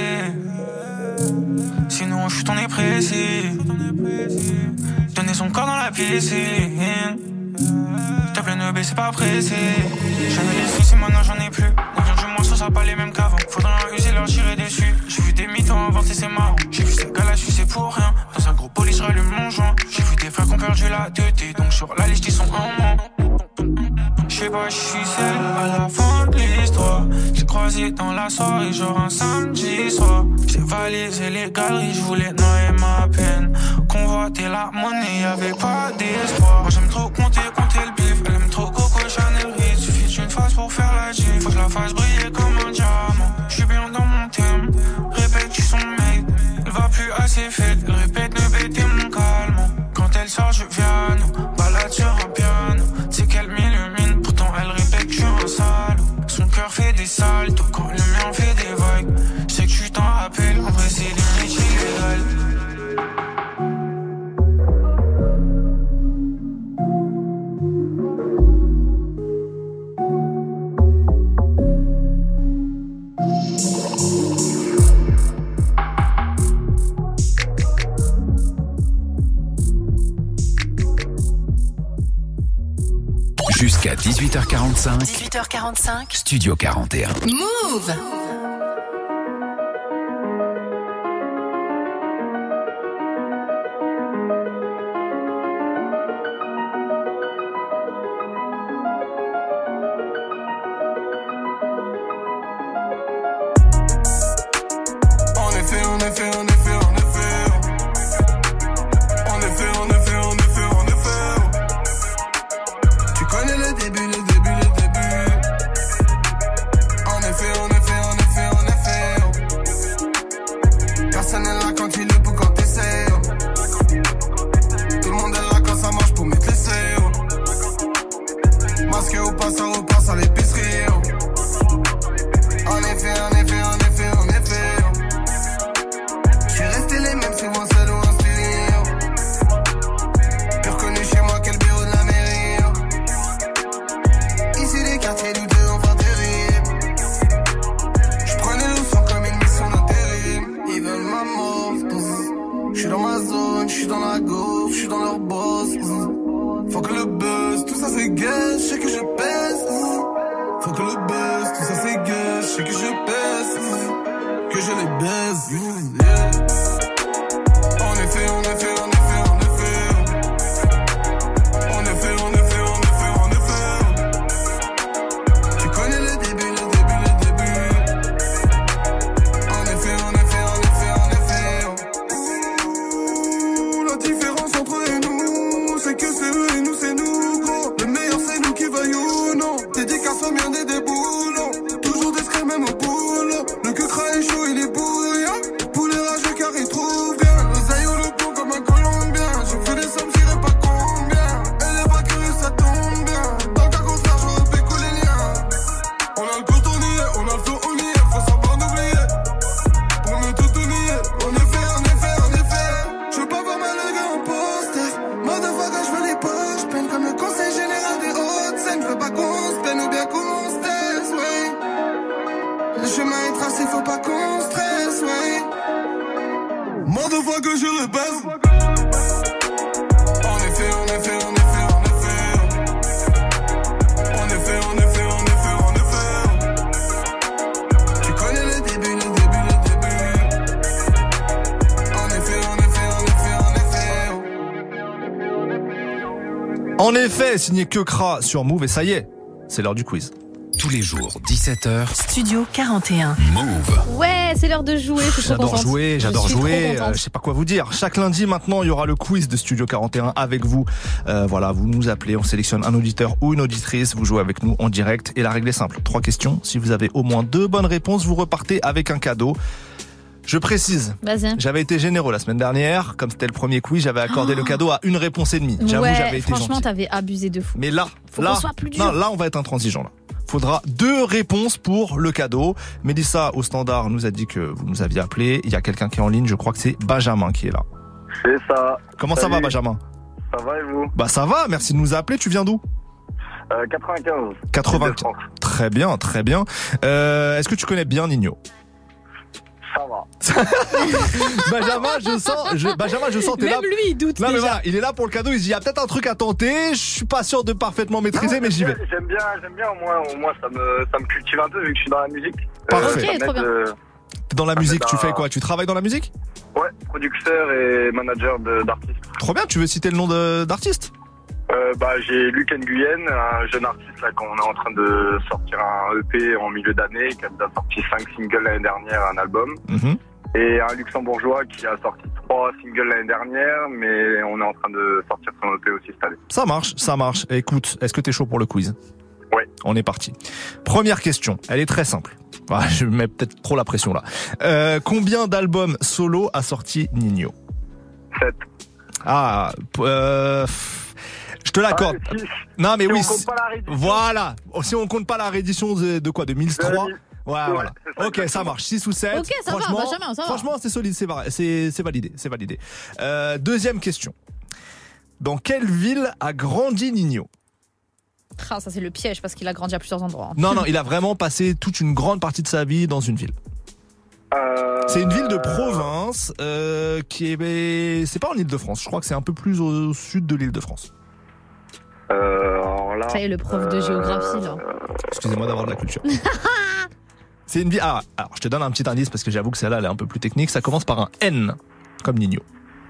S21: Sinon on shoot on est pressé. Donner son corps dans la piscine. S'il te plaît ne baisse pas pressé. J'en ai les soucis maintenant j'en ai plus. Ça sera pas les mêmes qu'avant. Faudra leur user, leur tirer dessus. J'ai vu des mythos inventés, c'est marrant. J'ai vu ces gars-là, je sais pour rien. Dans un gros police, je rallume mon joint. J'ai vu des frères qui ont perdu la tête. Donc sur la liste, ils sont en moins. J'sais pas, j'suis seul à la fin de l'histoire. J'ai croisé dans la soirée, genre un samedi soir. J'ai valisé les galeries, j'voulais noyer ma peine. Convoiter la monnaie, y'avait pas d'espoir. Moi j'aime trop compter, compter le bif. Elle aime trop Coco Chanel Reed. Suffit d'une phase pour faire la gym. Faut que je la fasse briller comme un diamant. J'suis bien dans mon thème. Répète tu son mec. Elle va plus assez faite. Elle répète ne bêter mon calme. Quand elle sort je viens nous balade sur un piano. C'est qu'elle m'illumine. Pourtant elle répète que j'suis un salaud. Son cœur fait des saltos quand le mien fait des vagues. J'sais que tu t'en rappelles. En vrai c'est limite illégal.
S4: Jusqu'à dix-huit heures quarante-cinq.
S3: dix-huit heures quarante-cinq.
S4: Studio quarante et un.
S3: Move.
S21: En effet, en effet, en effet, en effet. En effet, en effet, en effet, en effet. Tu connais le début, le début, le début. En effet, en effet, en effet, en effet. Personne n'est là quand il est beau, quand t'essaies. Tout le monde est là quand ça marche pour mettre l'essai. Masqué ou pas, ça repasse à l'épicerie. En effet, en effet, en effet, en effet. J'suis resté les mêmes, souvent seul ou inspiré. Plus reconnu chez moi quel bureau de la mairie. Ici les quartiers douteux, enfin terribles. J'prenais le son comme une mission d'intérim. Ils veulent ma mort. J'suis dans ma zone, j'suis dans la gauche, j'suis dans leur boss. Faut que le buzz, tout ça c'est gay, j'sais que je pèse. Faut que le buzz, tout ça c'est gay, j'sais que je pèse. Que je les baise. Yeah. En effet, en effet, en effet, en effet. En effet, en effet, en effet, en effet.
S16: fois que je le baise. En effet, en effet, en effet, en effet. En effet, en effet, en effet, en effet. Tu connais le début, le début, le début. En effet, en effet, en effet, en effet.
S1: En effet, signé Keukra sur Move et ça y est, c'est l'heure du quiz.
S4: Tous les jours, dix-sept heures.
S3: Studio quarante et un.
S4: Move.
S2: Ouais, c'est l'heure de jouer. Je suis trop
S1: J'adore
S2: contente.
S1: jouer,
S2: Je
S1: j'adore
S2: suis trop
S1: jouer.
S2: contente.
S1: euh, je sais pas quoi vous dire. Chaque lundi maintenant, il y aura le quiz de Studio quarante et un avec vous. Euh, voilà, vous nous appelez, on sélectionne un auditeur ou une auditrice. Vous jouez avec nous en direct et la règle est simple. Trois questions. Si vous avez au moins deux bonnes réponses, vous repartez avec un cadeau. Je précise,
S2: Vas-y.
S1: j'avais été généreux la semaine dernière. Comme c'était le premier quiz, j'avais accordé le cadeau à une réponse et demie. J'avoue,
S2: ouais,
S1: j'avais été
S2: franchement,
S1: gentil.
S2: t'avais abusé de fou.
S1: Mais là,
S2: Faut
S1: là,
S2: qu'on soit plus dur.
S1: non, là, on va être intransigeant là. Faudra deux réponses pour le cadeau. Mélissa, au standard, nous a dit que vous nous aviez appelé. Il y a quelqu'un qui est en ligne. Je crois que c'est Benjamin qui est là.
S6: C'est ça.
S1: Comment
S6: Salut.
S1: ça va, Benjamin?
S6: Ça va et vous?
S1: Bah, ça va. Merci de nous appeler. Tu viens d'où?
S6: euh, quatre-vingt-quinze.
S1: quatre-vingt-quinze. Très bien, très bien. Euh, est-ce que tu connais bien Nino?
S6: Ça va.
S1: Benjamin, je sens, je, Benjamin, je sens, t'es là.
S2: Même lui, il doute
S1: Non, mais
S2: déjà.
S1: voilà, il est là pour le cadeau. Il se dit, il y a peut-être un truc à tenter. Je suis pas sûr de parfaitement maîtriser,
S6: Non,
S1: mais j'y
S6: j'aime
S1: vais.
S6: bien, J'aime bien, j'aime bien. Au moins, au moins, ça me, ça me cultive un peu vu que je suis dans la musique.
S1: Parfait.
S6: ça
S2: Ok, trop
S6: m'aide,
S2: bien.
S6: euh,
S1: T'es dans la
S6: ça
S1: musique,
S6: m'aide
S1: tu
S6: à-
S1: fais quoi? Tu travailles dans la musique?
S6: Ouais, producteur et manager de- d'artistes.
S1: Trop bien. Tu veux citer le nom de- d'artiste?
S6: Euh, bah, j'ai Luc Nguyen, un jeune artiste là qu'on est en train de sortir un E P en milieu d'année, qui a déjà sorti cinq singles l'année dernière, un album.
S1: Mhm.
S6: Et un luxembourgeois qui a sorti trois singles l'année dernière, mais on est en train de sortir son E P aussi cette année.
S1: Ça marche, ça marche. Écoute, est-ce que t'es chaud pour le quiz?
S6: Ouais.
S1: On est parti. Première question, elle est très simple. Ah, je mets peut-être trop la pression là. Euh, combien d'albums solo a sorti Nino?
S6: Sept.
S1: Ah, p- euh, pff, je te l'accorde.
S6: Ah, six.
S1: Non mais
S6: Si
S1: oui.
S6: on compte
S1: si-
S6: pas la réédition.
S1: Voilà. Si on compte pas la réédition de, de quoi? De mille trois?
S6: De-
S1: Ouais,
S6: Ouais,
S1: voilà.
S6: c'est ça,
S1: Ok, ça
S6: exactement.
S1: marche. six ou sept.
S2: Ok, ça va,
S1: franchement,
S2: Benjamin, ça va.
S1: Franchement, c'est solide, c'est va- c'est c'est validé, c'est validé. Euh, deuxième question. Dans quelle ville a grandi Nino?
S2: Ah, ça c'est le piège parce qu'il a grandi à plusieurs endroits.
S1: Non, non, il a vraiment passé toute une grande partie de sa vie dans une ville.
S6: Euh,
S1: C'est une ville de province euh, qui est... C'est pas en Île-de-France, je crois que c'est un peu plus au sud de l'Île-de-France.
S6: Euh, alors là,
S2: Ça y est, le prof de géographie là.
S1: Excusez-moi d'avoir de la culture. C'est une ville... Ah, alors je te donne un petit indice parce que j'avoue que celle-là elle est un peu plus technique. Ça commence par un N, comme Nino.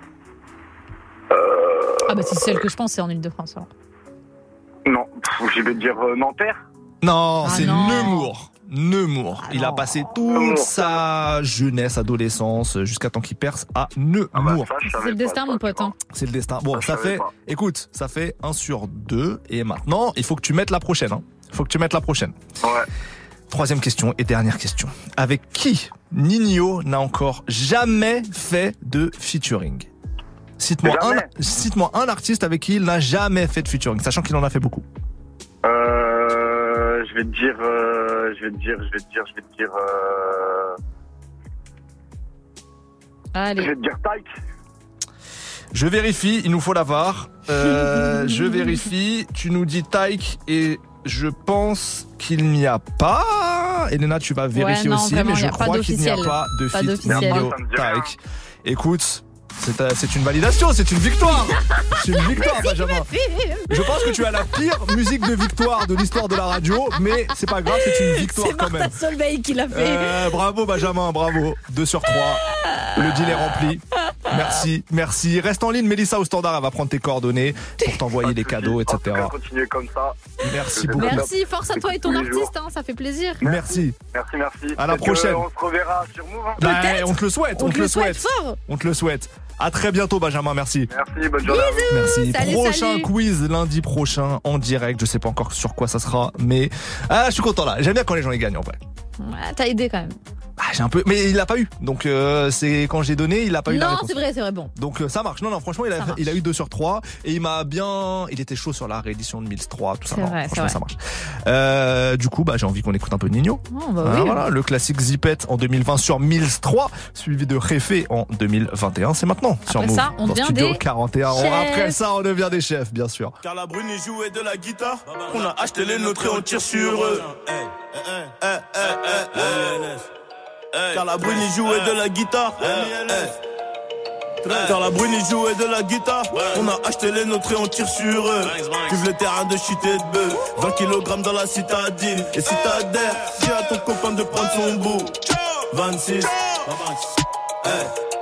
S2: Ah bah c'est celle que je pense, c'est en Ile-de-France. alors.
S6: non, pff, je vais te dire euh, Nanterre.
S1: Non,
S2: Ah
S1: c'est
S2: non.
S1: Nemours. Nemours. Il a passé toute
S6: Nemours.
S1: sa jeunesse, adolescence, jusqu'à temps qu'il perce à Nemours.
S6: Ah bah, ça, je savais
S2: C'est le
S6: pas,
S2: destin,
S6: ça,
S2: mon
S6: tu
S2: pote.
S6: vois.
S2: hein.
S1: C'est le destin. Bon,
S6: Je
S1: ça
S6: savais
S1: fait,
S6: pas.
S1: écoute, ça fait un sur deux. Et maintenant, il faut que tu mettes la prochaine. Hein. Il faut que tu mettes la prochaine.
S6: Ouais.
S1: Troisième question et dernière question. Avec qui Nino n'a encore jamais fait de featuring? Cite-moi un,
S6: Jamais.
S1: cite-moi un artiste avec qui il n'a jamais fait de featuring, sachant qu'il en a fait beaucoup.
S6: Euh, je vais te dire, euh, je vais te dire, je vais te dire, je vais te dire, euh, je
S2: Allez.
S6: vais te dire Tyke.
S1: Je vérifie, il nous faut la V A R. Euh, je vérifie, tu nous dis Tyke et je pense qu'il n'y a pas. Elena, tu vas vérifier
S2: non,
S1: aussi,
S2: vraiment,
S1: mais
S2: il y
S1: je
S2: a pas
S1: crois qu'il n'y a
S2: d'officiel.
S1: pas de
S2: Pas
S1: feat
S2: d'officiel.
S1: Nino
S6: Ça me dit rien.
S1: Tyke. Écoute, c'est euh, c'est une validation, c'est une victoire. C'est une victoire, Benjamin. Je pense que tu as la pire musique de victoire de l'histoire de la radio, mais c'est pas grave, c'est une victoire
S2: C'est
S1: quand même.
S2: Martha Solveig qui l'a fait.
S1: Euh, bravo Benjamin, bravo. deux sur trois. Le deal est rempli. Merci, merci. Reste en ligne, Mélissa au standard, elle va prendre tes coordonnées pour t'envoyer les cadeaux, et
S6: En tout cas,
S1: cetera.
S6: continuez comme ça.
S1: Merci
S6: Vous êtes
S1: beaucoup.
S6: top.
S2: Merci, force à toi et ton
S6: Tous les jours.
S2: artiste, hein, ça fait plaisir.
S1: Merci.
S6: Merci, merci.
S1: À la
S6: Peut-être que
S1: prochaine.
S6: On se reverra sur Move. hein.
S1: Bah, on te le souhaite, on,
S2: On
S1: te
S2: te
S1: le
S2: le souhaite
S1: souhaite.
S2: fort.
S1: On te le souhaite. À très bientôt Benjamin, merci.
S6: Merci, bonne journée à vous.
S1: Merci.
S2: Salut,
S1: prochain
S2: salut.
S1: quiz lundi prochain en direct. Je sais pas encore sur quoi ça sera, mais ah, je suis content là. J'aime bien quand les gens y gagnent en vrai.
S2: Ouais, t'as aidé quand même.
S1: Ah, j'ai un peu, mais il l'a pas eu. Donc euh, c'est quand j'ai donné, il a pas eu la
S2: Non,
S1: réponse.
S2: c'est vrai, c'est vrai, bon.
S1: Donc euh, ça marche. Non, non, franchement, il
S2: Ça
S1: a,
S2: marche.
S1: il a eu deux sur trois et il m'a bien. Il était chaud sur la réédition de Mills trois, tout ça.
S2: C'est
S1: Non,
S2: vrai,
S1: franchement,
S2: c'est
S1: ça marche. Euh, du coup, bah, j'ai envie qu'on écoute un peu Nino.
S2: Oh, bah
S1: Ah,
S2: oui.
S1: voilà, le classique Zipette en deux mille vingt sur Mills trois, suivi de Réfé en deux mille vingt et un. C'est maintenant sur
S2: Après
S1: Move.
S2: ça, on
S1: dans
S2: devient
S1: Studio
S2: des
S1: quarante et un.
S2: chefs.
S1: Après ça, on devient des chefs, bien sûr.
S19: Car la brune y jouait de la guitare. On a acheté les nôtres et on tire sur eux. Eh, eh, eh, eh, eh. Car la brune y jouait de la guitare. Eh, eh.
S5: Car la brune, ils jouaient de la guitare. On a acheté les nôtres et on tire sur eux. Vive le terrain de shit et de bœuf. vingt kilogrammes dans la citadine. Et si t'adhères, dis à ton copain de prendre son bout. vingt-six. Hey.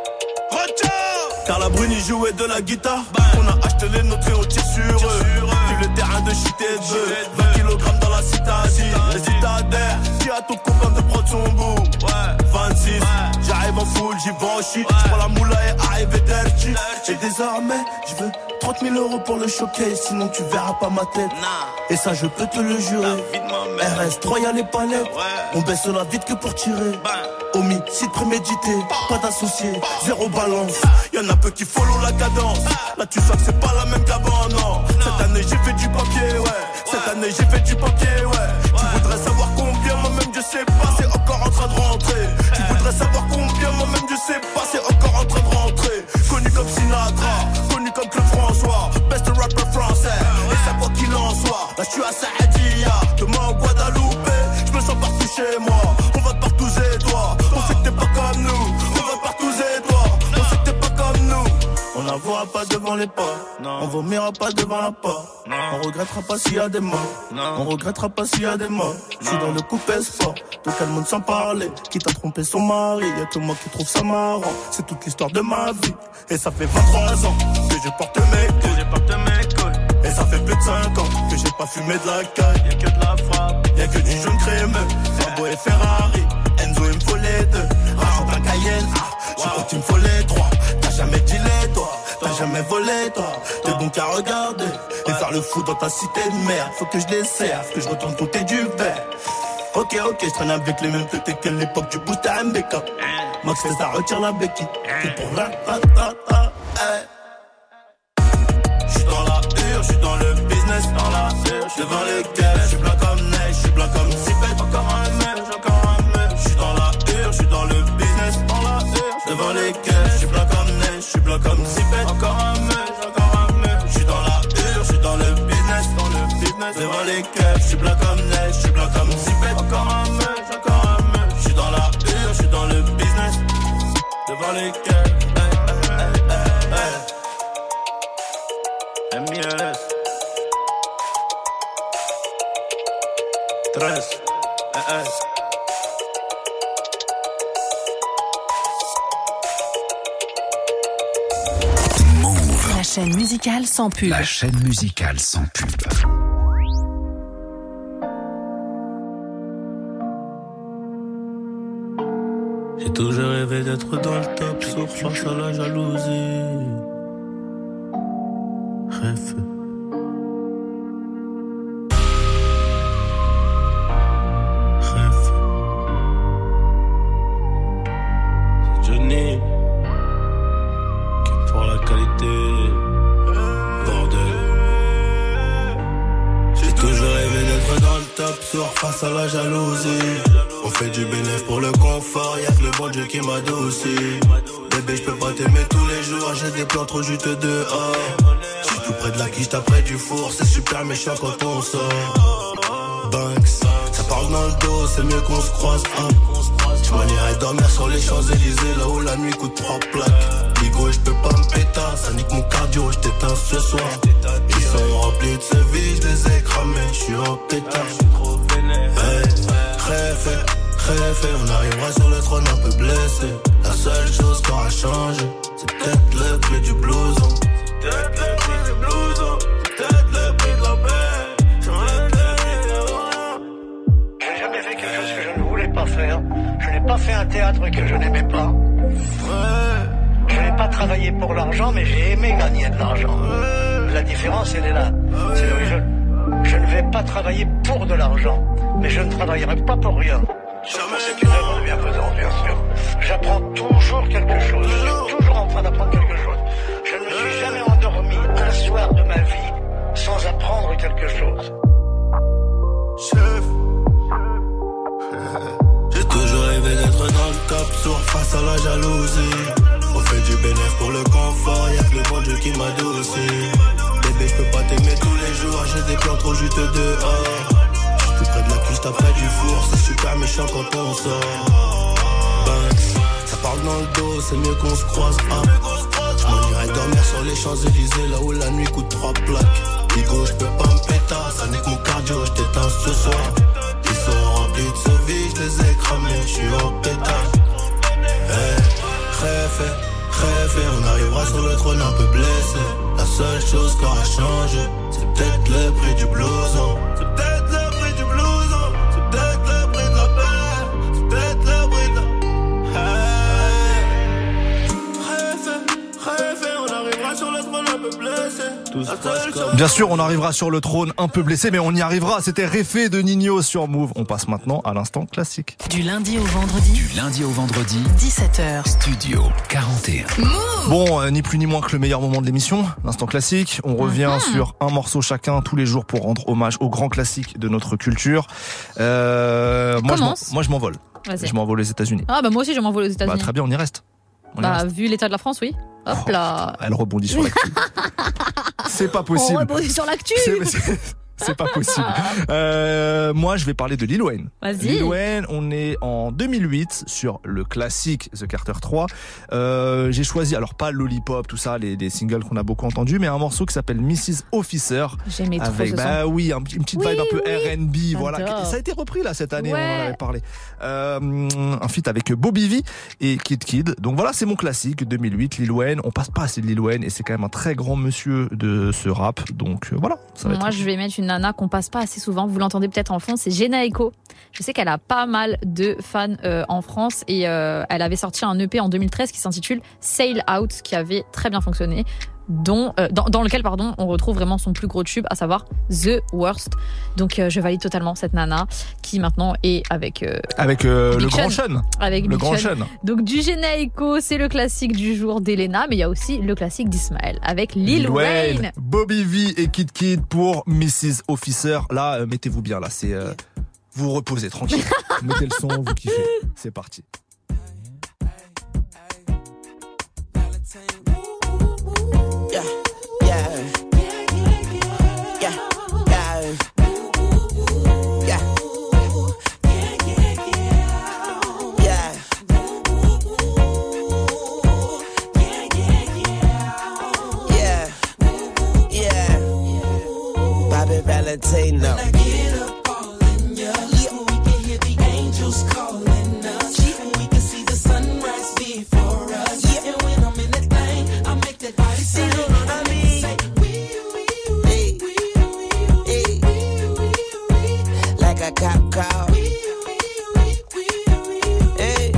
S5: Car la brune, ils jouaient de la guitare. On a acheté les nôtres et on tire sur eux. Vive le terrain de shit et de bœuf. vingt kilogrammes dans la citadine. Et si t'adhères, dis à ton copain de prendre son bout. vingt-six. J'arrive en full, j'y vais en shit. J'prends la moula et arrive dirty. Et désormais, je veux trente mille euros pour le showcase. Sinon tu verras pas ma tête. Et ça je peux te le jurer. R S trois y'a les palettes. On baisse la vite que pour tirer. Homicide prémédité, pas d'associé, zéro balance. Y'en a peu qui follow la cadence. Là tu sens que c'est pas la même qu'avant, non. Cette année j'ai fait du papier, ouais. Cette année j'ai fait du papier, ouais. Tu voudrais savoir combien, moi-même je sais pas, c'est encore en train de rentrer. Tu voudrais savoir combien, moi-même je sais pas, c'est encore en train de rentrer. Connu comme Sinatra, connu comme Claude François, best rapper français. Et ça quoi qu'il en soit, là je suis à Saadia, demain au Guadeloupe, je me sens partout chez moi. On va de partout et toi, on sait que t'es pas comme nous. On va partout et toi, on sait que t'es pas comme nous. On n'avouera pas devant les pas, on vomira pas devant la porte. On regrettera pas s'il y a des morts, on regrettera pas s'il y a des morts. Je suis dans le coupé sport, tout le monde sans parler. Qui t'a trompé son mari, y'a que moi qui trouve ça marrant. C'est toute l'histoire de ma vie, et ça fait vingt-trois ans que je porte mes couilles. Et ça fait plus de cinq ans que j'ai pas fumé de la caille. Y'a que de la frappe, y'a que du jaune crémeux. Lambo et Ferrari, Enzo il me faut les deux. Argent Cayenne, ah, je crois qu'il me faut les trois. T'as jamais dealé toi, t'as jamais volé toi. T'es bon qu'à regarder et faire le fou dans ta cité de merde. Faut que je les serve, que je retourne tout et du verre. Ok ok, je traîne avec les mêmes que t'es qu'à l'époque du boost à M B K. Max fait ça, retire la béquille. Tout pour la ta ta ta, hey. J'suis dans la hure, j'suis dans le business, dans la hure, j'suis devant les caisses, j'suis blanc comme neige, j'suis blanc comme Zipette, encore un mec, encore un mec. J'suis dans la hure, j'suis dans le business, dans la hure, devant les caisses, j'suis blanc comme neige, j'suis blanc comme Zipette, encore un mec, encore un mec. J'suis dans la hure, j'suis dans le business, dans le business, devant les caisses, j'suis blanc comme neige, j'suis blanc comme Zipette, encore un mec, encore un mec. J'suis dans la hure, j'suis dans le business, devant les caisses. M I S treize S
S4: Move.
S9: La chaîne musicale sans pub.
S4: La chaîne musicale sans pub.
S5: J'ai toujours rêvé d'être dans le top, sauf face à la jalousie. Rêve. Rêve. C'est Johnny qui pour la qualité. Bordel. J'ai toujours rêvé d'être dans le top, soir face à la jalousie. On fait du bénéfice pour le confort, y'a que le bon Dieu qui m'adoucit. Bébé, j'peux pas t'aimer tous les jours, j'ai des plans trop juteux dehors. J'suis tout près de la quiche, t'as près du four, c'est super méchant quand on sort. Banks, ça parle dans le dos, c'est mieux qu'on se croise. Hein. J'm'en irais dormir sur les Champs-Élysées, là où la nuit coûte trois plaques. Ligo, j'peux pas me péter, ça nique mon cardio, j't'éteins ce soir. Ils sont remplis de ce vie, j'les ai cramés, j'suis en pétard. Hey, rêve, rêve, on arrivera sur le trône un peu blessé. La seule chose qui aura changé, c'est peut-être le prix du blouson. C'est peut-être le prix du blouson, c'est peut-être le prix de la paix. J'enlève le prix de rien.
S11: J'ai jamais fait quelque chose que je ne voulais pas faire. Je n'ai pas fait un théâtre que je n'aimais pas. Ouais. Je n'ai pas travaillé pour l'argent, mais j'ai aimé gagner de l'argent. Ouais. La différence, elle est là. Ouais. C'est que je, je ne vais pas travailler pour de l'argent, mais je ne travaillerai pas pour rien. Sauf pour c'est une œuvre de bienfaisance, bien sûr. J'apprends toujours quelque chose. Je suis toujours en train d'apprendre quelque chose. Je ne me suis jamais endormi un soir de ma vie sans apprendre quelque chose.
S5: Chef. J'ai toujours rêvé d'être dans le top, sourd face à la jalousie. On fait du bénéfice pour le confort, y'a que le bon Dieu qui m'adoucit. Bébé, j'peux pas t'aimer tous les jours, j'ai des plans trop juteux dehors. Tout près de la cuisse, t'as près du four, c'est super méchant quand on sort. Banks, ça parle dans le dos, c'est mieux qu'on se croise. Hein.
S10: Champs-Élysées, là où la nuit coûte trois plaques. Bigo, j'peux pas me péter, ça n'est que mon cardio, j't'éteins ce soir. Ils sont remplis de sauvis, j'les ai cramés, j'suis en pétage. Hey, rêve, rêve, on arrivera sur le trône un peu blessé. La seule chose qui aura changé, c'est peut-être le prix du blouson. C'est peut-être le prix du blouson. C'est peut-être le prix de la paix. C'est peut-être le prix de la... Hey, rêve, rêve, on arrivera sur le trône un peu blessé.
S1: Bien sûr, on arrivera sur le trône un peu blessé, mais on y arrivera. C'était Réfé de Nino sur Move. On passe maintenant à l'instant classique.
S3: Du lundi au vendredi.
S4: Du lundi au vendredi.
S3: dix-sept heures.
S4: Studio quarante et un.
S3: Move.
S1: Bon, euh, ni plus ni moins que le meilleur moment de l'émission, l'instant classique. On revient
S2: Mm-hmm.
S1: sur un morceau chacun tous les jours pour rendre hommage aux grands classiques de notre culture. Euh, moi, je m'en-
S2: Commence.
S1: moi, je m'envole.
S2: Vas-y.
S1: Je m'envole aux États-Unis.
S2: Ah bah moi aussi je m'envole aux États-Unis.
S1: Bah, très bien, on y reste. On y
S2: Bah,
S1: reste.
S2: vu l'état de la France, oui. Hop là.
S1: Elle rebondit sur l'actu. C'est pas
S2: On
S1: possible.
S2: rebondit sur l'actu.
S1: C'est- c'est- C'est pas possible. Euh, moi, je vais parler de Lil Wayne.
S2: Vas-y.
S1: Lil Wayne, on est en deux mille huit sur le classique The Carter trois. Euh, j'ai choisi, alors pas Lollipop, tout ça, les, les singles qu'on a beaucoup entendus, mais un morceau qui s'appelle missus Officer.
S2: J'aimais trop
S1: Avec,
S2: ce
S1: bah
S2: son.
S1: oui, un, une petite
S2: Oui,
S1: vibe un peu
S2: oui.
S1: R and B, voilà.
S2: J'adore.
S1: Ça a été repris là cette année,
S2: Ouais.
S1: on en avait parlé. Euh, un feat avec Bobby V et Kid Kid. Donc voilà, c'est mon classique deux mille huit, Lil Wayne. On passe pas assez de Lil Wayne et c'est quand même un très grand monsieur de ce rap. Donc euh, voilà, ça va être
S2: Moi, je vais mettre une nana qu'on passe pas assez souvent. Vous l'entendez peut-être en fond, c'est Jenna Echo. Je sais qu'elle a pas mal de fans euh, en France et euh, elle avait sorti un E P en deux mille treize qui s'intitule Sail Out, qui avait très bien fonctionné. Dont, euh, dans, dans lequel pardon, on retrouve vraiment son plus gros tube, à savoir The Worst. Donc euh, je valide totalement cette nana qui maintenant est avec euh,
S1: avec euh,
S2: Big
S1: le grand
S2: Sean.
S1: Sean.
S2: Avec
S1: le
S2: Big
S1: grand
S2: Sean.
S1: Sean.
S2: Donc du Jenna Echo, c'est le classique du jour d'Elena, mais il y a aussi le classique d'Ismaël avec Lil,
S1: Lil
S2: Wayne.
S1: Wayne, Bobby V et Kid Kid pour missus Officer. Là, euh, mettez-vous bien là, c'est euh, vous reposez tranquille. Mettez le son, vous kiffez. C'est parti.
S7: Yeah, yeah, yeah, yeah, yeah, yeah. Yeah, yeah. Bobby Valentino.
S21: When I get up all in ya, we can hear the angels calling us. We can see the sunrise before us. And when I'm in that thing, I make that body
S7: See
S21: say,
S7: what I mean?
S21: say,
S7: Hey, hey. Like a cop car. Hey,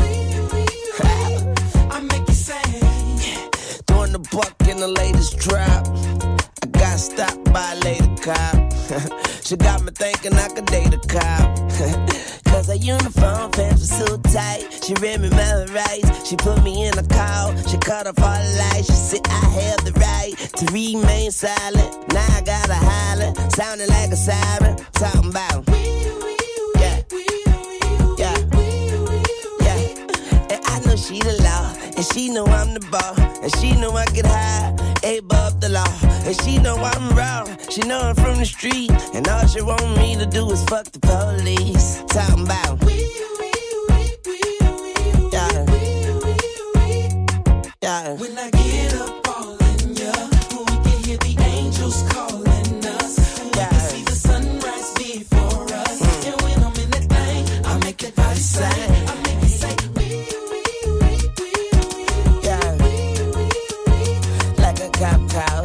S21: I make you say,
S7: throwing the buck in the latest drop. I got stopped by a lady cop. She got me thinking I could date a cop. Cause her uniform pants were so tight. She read me my rights. She put me in a call. She cut off all the lights. She said I have the right to remain silent. Now I gotta holler, sounding like a siren. Talking about yeah, yeah, yeah. And I know she the law, and she know I'm the ball, and she know I get high, above the law, and she know I'm wrong. She know I'm from the street, and all she want me to do is fuck the police. Talking about yeah, yeah.
S21: when I get up all in ya, we can hear the angels calling us. We can see the sunrise before us. And when I'm in that thing, I make that body say, I make it say,
S7: Yeah, like a cop car.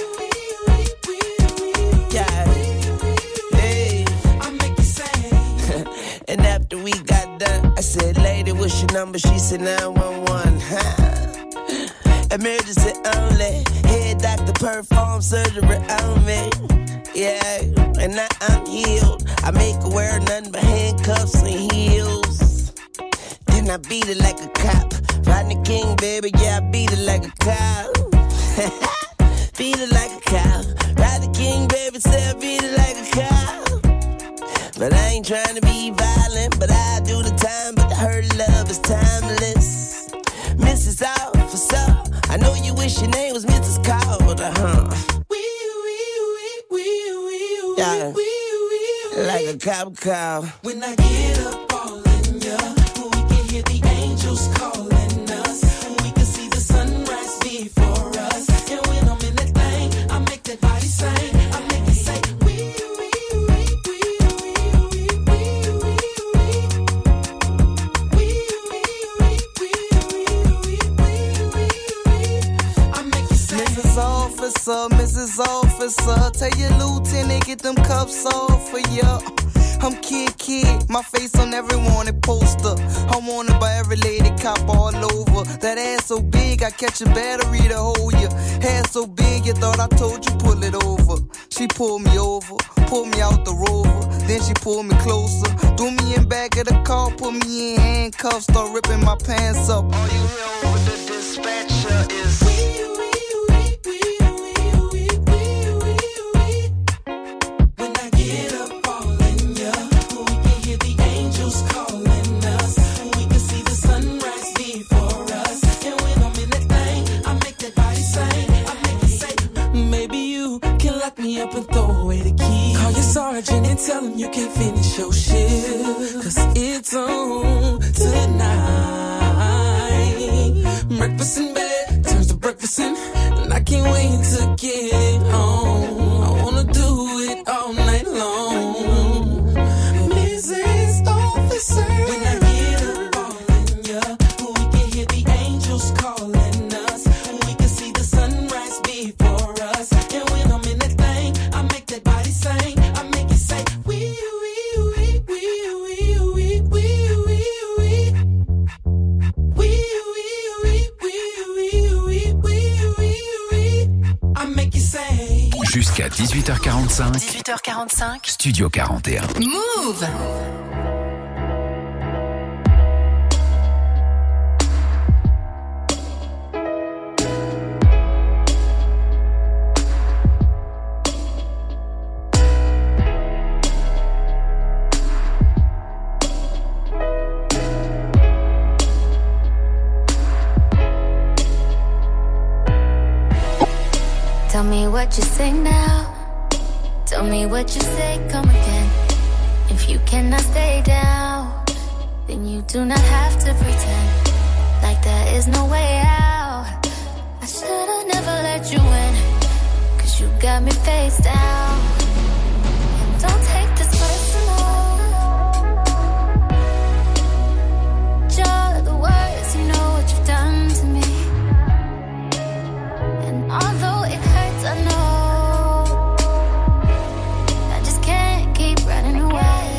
S7: Yeah, hey.
S21: I make you say.
S7: And after we got done, I said, lady, what's your number? She said nine one one. Emergency only. Head doctor perform surgery on me. Yeah, and now I'm healed. I make her wear nothing but handcuffs and heels. Then I beat it like a cop. Rodney King, baby, yeah, I beat it like a cop. Beat it like a cop. Rodney King, baby, say I beat it like a cop. But I ain't trying to be violent, but I do the time. But her love is timeless. Missus Officer, I know you wish your name was Missus Calder, huh? Yeah, like a cop car.
S21: When I get up all in ya, we can hear the angels calling us. We can see the sunrise before us. And when I'm in Missus Officer, Missus Officer, tell your lieutenant get them cuffs off for ya. I'm kid, kid, my face on every wanted poster. I'm wanted by every lady cop all over. That ass so big, I catch a battery to hold ya. Hair so big, you thought I told you pull it over. She pulled me over, pulled me out the Rover. Then she pulled me closer, threw me in back of the car, put me in handcuffs, start ripping my pants up. All you hear over the dispatcher is
S12: me up and throw away the key. Call your sergeant and tell him you can't finish your shift, cause it's on tonight. Breakfast in bed turns to breakfast in, and I can't wait to get home. I wanna do it all night long. Missus Officer, when I get up calling ya, we can hear the angels calling us, we can see the sunrise before us, and when I'm in that thing, I make that body sing, I make it say wee wee wee wee wee wee wee wee wee wee wee wee wee wee wee. I make it say.
S4: Jusqu'à dix-huit heures quarante-cinq.
S3: dix-huit heures quarante-cinq.
S4: Studio quarante et un.
S3: Move.
S23: Tell me what you say now. Tell me what you say, come again. If you cannot stay down, then you do not have to pretend like there is no way out. I should've never let you in, cause you got me face down. And don't take this personal. You're the worst, you know what you've done to me. And although it hurts, I know I just can't keep running away.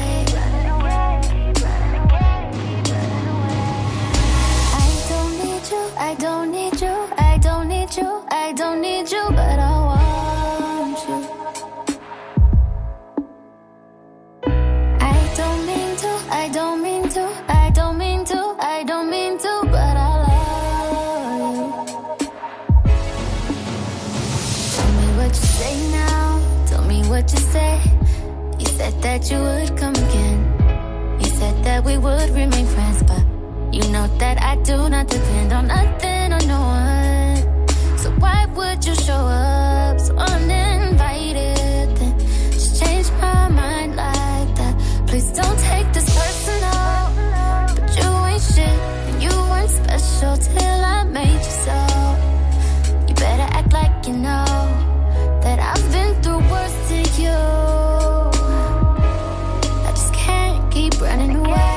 S23: I don't need you, I don't need you, I don't need you, I don't need you, but I want you. I don't mean to, I don't mean to, I don't mean to, I don't mean to, but I love you. Tell me what you say now, tell me what you say. You said that you would come again. You said that we would remain friends, but you know that I do not depend on nothing or no one. So why would you show up so uninvited? Then just change my mind like that. Please don't take this personal. But you ain't shit and you weren't special till I made you so. You better act like you know that I've been through worse to you. I just can't keep running away.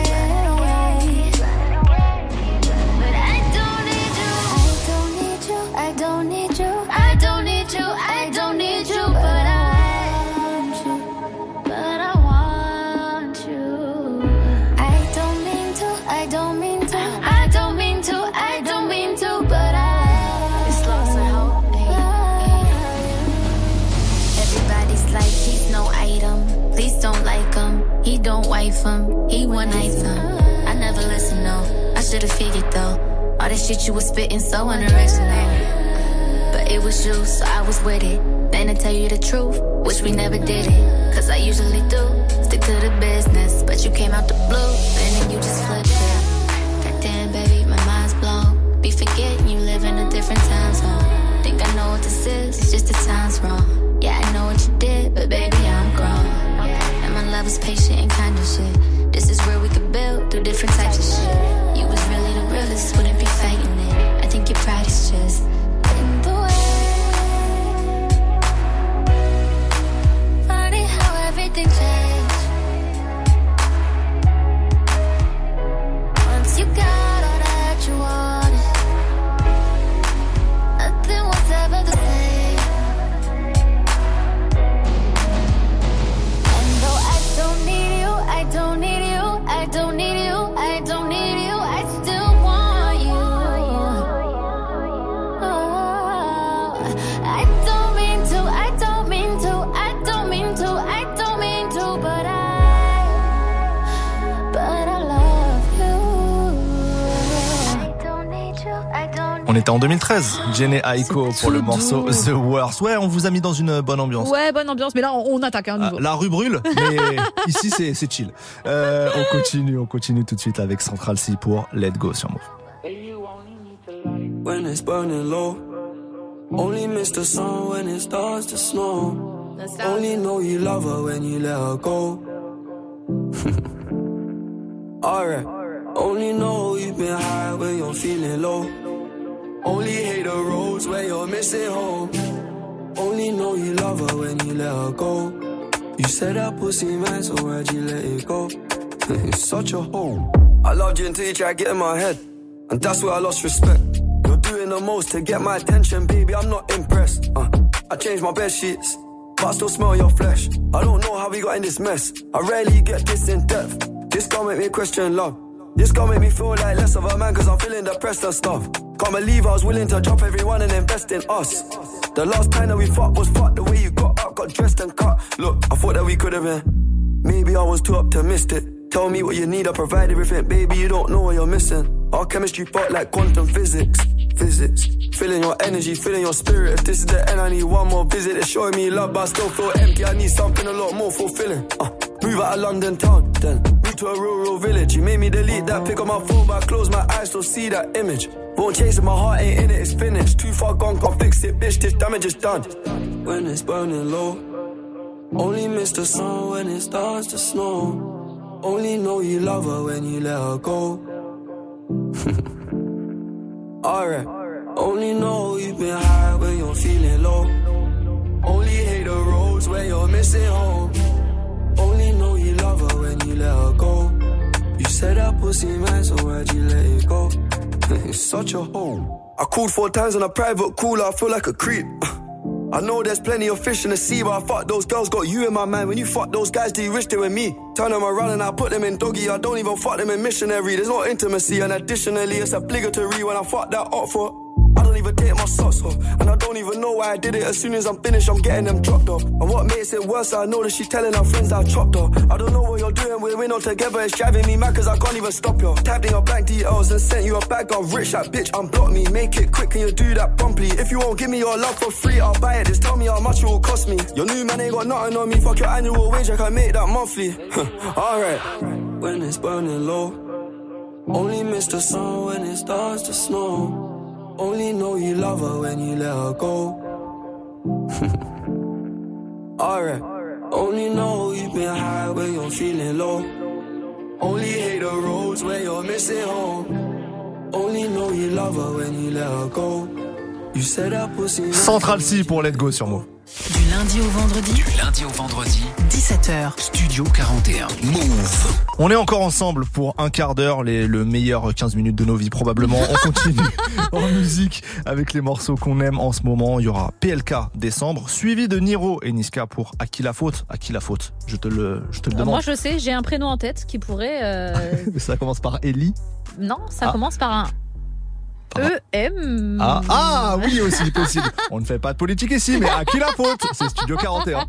S23: But I don't need you. I don't need you. I don't need you. I don't need you. I don't need you. But I want you. But I want you. I don't mean to. I don't mean to. I don't mean to. I don't mean to. But I it's lost and hope. Everybody's like he's no item. Please don't like him. He don't wife him. He one night him. I never listen, no. I should've figured though. All that shit you was spitting so unoriginal. But it was you, so I was with it. Then to tell you the truth, wish we never did it. Cause I usually do, stick to the business. But you came out the blue, and then you just flipped it. Goddamn baby, my mind's blown. Be forgetting you live in a different time zone. Think I know what this is, it's just the time's wrong. Yeah, I know what you did, but baby, I'm grown. And my love is patient and kind of shit. This is where we could build through different types of shit. You was really the realest, wouldn't be fighting it. I think your pride is just in the way. Funny how everything changed once you got all that you wanted. Nothing was ever the I don't mean to, I don't mean to, I don't mean to, I don't mean to, but I, but I love you. I don't need you, I don't.
S1: On était en deux mille treize, Jhené Aiko pour le morceau doux. The Worst. Ouais, on vous a mis dans une bonne ambiance.
S2: Ouais, bonne ambiance, mais là on, on attaque un hein, nouveau.
S1: La rue brûle, mais ici c'est, c'est chill. Euh, on continue, on continue tout de suite avec Central C pour Let Go sur Move.
S12: When it's burning low, only miss the sun when it starts to snow. Only know you love her when you let her go. Alright, only know you've been high when you're feeling low. Only hate the roads where you're missing home. Only know you love her when you let her go. You said that pussy man, so why'd you let it go? It's such a hole. I loved you until you tried to get in my head, and that's where I lost respect. You're doing the most to get my attention, baby, I'm not impressed. uh, I changed my bed sheets, but I still smell your flesh. I don't know how we got in this mess. I rarely get this in depth. This gon' make me question love. This gon' make me feel like less of a man, cause I'm feeling depressed and stuff. Can't believe I was willing to drop everyone and invest in us. The last time that we fucked was fucked. The way you got up, got dressed and cut. Look, I thought that we could've been. Maybe I was too optimistic. Tell me what you need, I provide everything. Baby, you don't know what you're missing. Our chemistry fought like quantum physics. Physics. Feeling your energy, feeling your spirit. If this is the end, I need one more visit. It's showing me love, but I still feel empty. I need something a lot more fulfilling. uh, Move out of London town, then move to a rural village. You made me delete that pic on my phone, but I close my eyes, still see that image. Won't chase it, my heart ain't in it, it's finished. Too far gone, can't fix it, bitch, this damage is done. When it's burning low, only miss the sun when it starts to snow. Only know you love her when you let her go. Alright, only know you've been high when you're feeling low. Only hate the roads where you're missing home. Only know you love her when you let her go. You said that pussy man, so why'd you let it go? It's such a hole. I called four times on a private call, I feel like a creep. I know there's plenty of fish in the sea, but I fuck those girls, got you in my mind. When you fuck those guys, do you wish they were me? Turn them around and I put them in doggy. I don't even fuck them in missionary. There's no intimacy, and additionally it's obligatory when I fuck that up for. I don't even take my socks off, and I don't even know why I did it. As soon as I'm finished, I'm getting them dropped off. And what makes it worse, I know that she's telling her friends that I chopped her. I don't know what you're doing, we're in all together. It's driving me mad cause I can't even stop you. Tapped in your bank details and sent you a bag of rich. That bitch unblock me, make it quick, can you do that promptly? If you won't give me your love for free, I'll buy it. Just tell me how much it will cost me. Your new man ain't got nothing on me. Fuck your annual wage, I can make that monthly. Alright. When it's burning low, only miss the sun when it starts to snow. Only know you love her when you let her go. Alright. Only know you've been high when you're feeling low. Only hate the roads where you're missing home. Only know you love her when you let her go. You said that pussy.
S1: Central C pour Let Go sur Move.
S3: Du lundi au vendredi.
S4: Du lundi au vendredi.
S3: dix-sept heures.
S4: Studio quarante et un. Move.
S1: On est encore ensemble pour un quart d'heure, les, le meilleur quinze minutes de nos vies probablement. On continue en musique avec les morceaux qu'on aime en ce moment. Il y aura P L K décembre, suivi de Niro et Niska pour À qui la faute? À qui la faute? Je te le, je te le demande.
S2: Moi je sais, j'ai un prénom en tête qui pourrait... Euh...
S1: Ça commence par Ellie.
S2: Non, ça
S1: ah.
S2: commence par un... E M.
S1: Ah, ah oui aussi possible. On ne fait pas de politique ici, mais à qui la faute? C'est Studio quarante et un.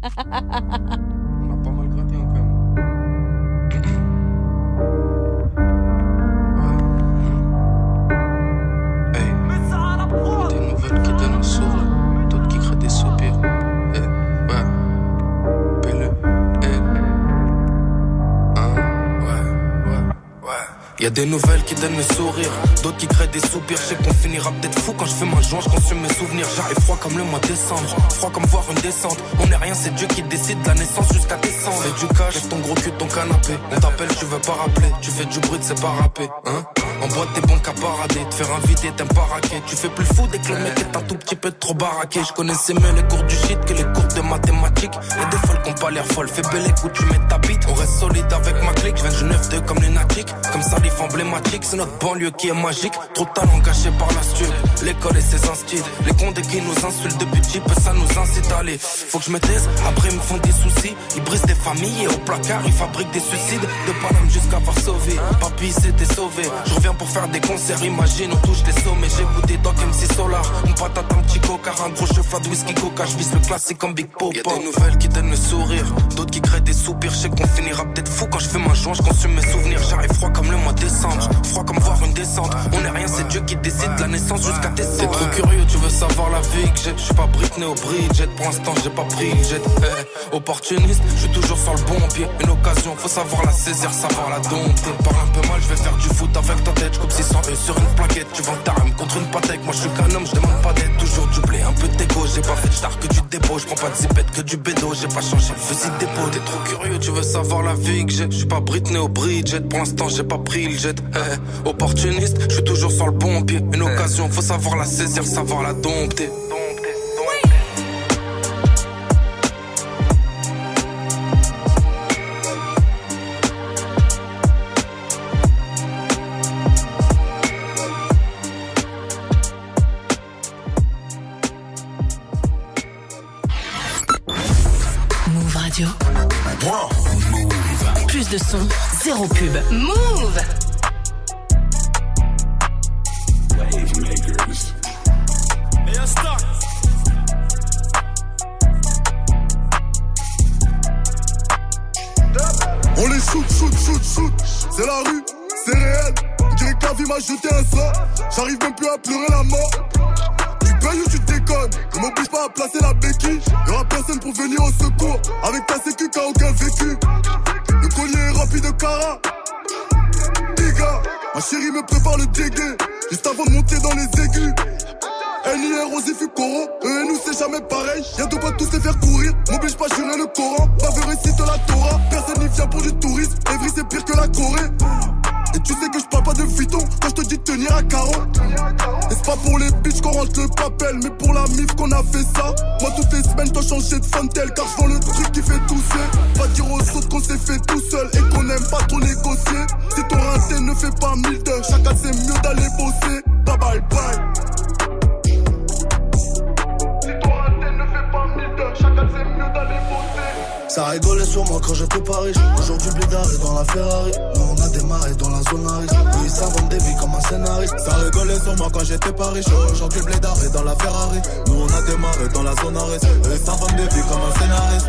S19: Y'a des nouvelles qui donnent le sourire, d'autres qui créent des soupirs. Je sais qu'on finira peut-être fou quand je fais ma joint, je consume mes souvenirs. J'arrive froid comme le mois de décembre, froid comme voir une descente. On est rien, c'est Dieu qui décide de la naissance jusqu'à descendre. Fais du cash, lève ton gros cul de ton canapé. On t'appelle, tu veux pas rappeler, tu fais du bruit, c'est pas rapper, hein. En boîte t'es bon qu'à parader, te faire inviter, t'aimes pas raquer. Tu fais plus fou dès que le mec est un tout petit peu trop baraqué. Je connaissais mieux les cours du shit que les cours de mathématiques. Y'a des folles qui ont pas l'air folles, fais belle écoute, tu mets ta bite. On reste solide avec ma clique, je viens du neuf deux comme les natiques. Comme ça, les emblématique, c'est notre banlieue qui est magique. Trop de talent gâché par la stud, l'école et ses instits. Les condés qui nous insultent depuis petit, peu ça nous incite à aller. Faut que je me taise, après ils me font des soucis. Ils brisent des familles et au placard ils fabriquent des suicides. De Paname jusqu'à Varsovie, papy s'était sauvé. Je reviens pour faire des concerts, imagine on touche des sommets. J'ai goûté dans M C Solar, une patate un petit
S13: coca, un gros cheval de whisky coca, je vise le classique comme Big Pop. Y'a des nouvelles qui donnent le sourire, d'autres qui créent des soupirs. Je sais qu'on finira peut-être fou quand je fais ma joint, je consomme mes souvenirs. J'arrive froid comme le mois de décembre, froid comme voir une descente. On est rien, c'est Dieu qui décide de la naissance jusqu'à tes cent. T'es trop curieux, tu veux savoir la vie que j'ai. Je suis pas Britney au Bridget, pour l'instant j'ai pas pris le jet. Eh, opportuniste, je suis toujours sur le bon pied. Une occasion, faut savoir la saisir, savoir la dompter. Parle un peu mal, je vais faire du foot avec ta tête. J'coupe six cents E sur une plaquette. Tu vends ta rame contre une pâtèque. Moi je suis qu'un homme, je demande pas d'aide. Toujours du blé, un peu d'égo. J'ai pas fait de star que du dépôt. Je prends pas de zipette que du bédo. J'ai pas changé le fusil de dépôt. T'es trop curieux, tu veux savoir la vie que j'ai. Je suis pas Britney au Bridget, pour l'instant j'ai pas pris le jet. Eh, opportuniste, je suis toujours sur le bon pied. Une occasion, faut savoir la saisir, savoir la dompter.
S3: Move Radio. Move. Plus de son, zéro pub. Move.
S16: Wave makers.
S19: Hey, stop.
S5: On les shoot, shoot, shoot, shoot. C'est la rue, c'est réel. On dirait que la vie m'a jeté un sort. J'arrive même plus à pleurer la mort. Tu payes ou tu déconnes? Ne m'oblige pas à placer la béquille. Y'aura personne pour venir au secours. Avec ta sécu qu'a aucun vécu. Le collier est rempli de cara. Diga, ma chérie me prépare le dégueu. Juste avant de monter dans les aigus. N I R Rosy Fucoro, eux et nous c'est jamais pareil. Y'a de quoi tous les faire courir, m'oblige pas à jurer le Coran. Pas vu récite la Torah, personne n'y vient pour du tourisme. Evry c'est pire que la Corée. Et tu sais que je parle pas de Vuitton quand je te dis de tenir à quarante. Et c'est pas pour les bitches qu'on rentre le papel, mais pour la mif qu'on a fait ça. Moi toutes les semaines dois changer de Fantel, car je vends le truc qui fait tousser. Pas dire aux autres qu'on s'est fait tout seul et qu'on aime pas trop négocier. Si ton raté ne fait pas mille d'heures, chacun c'est mieux d'aller bosser. Bye bye bye.
S10: Ça rigolait sur moi quand j'étais pas riche. Aujourd'hui blédard est dans la Ferrari. Nous on a démarré dans la zone à risque. Eux ils s'inventent des vies comme un scénariste.
S15: Ça rigolait sur moi quand j'étais pas riche. Aujourd'hui blédard est dans la Ferrari. Nous on a démarré dans la zone à risque. Eux ils s'inventent des vies comme un scénariste.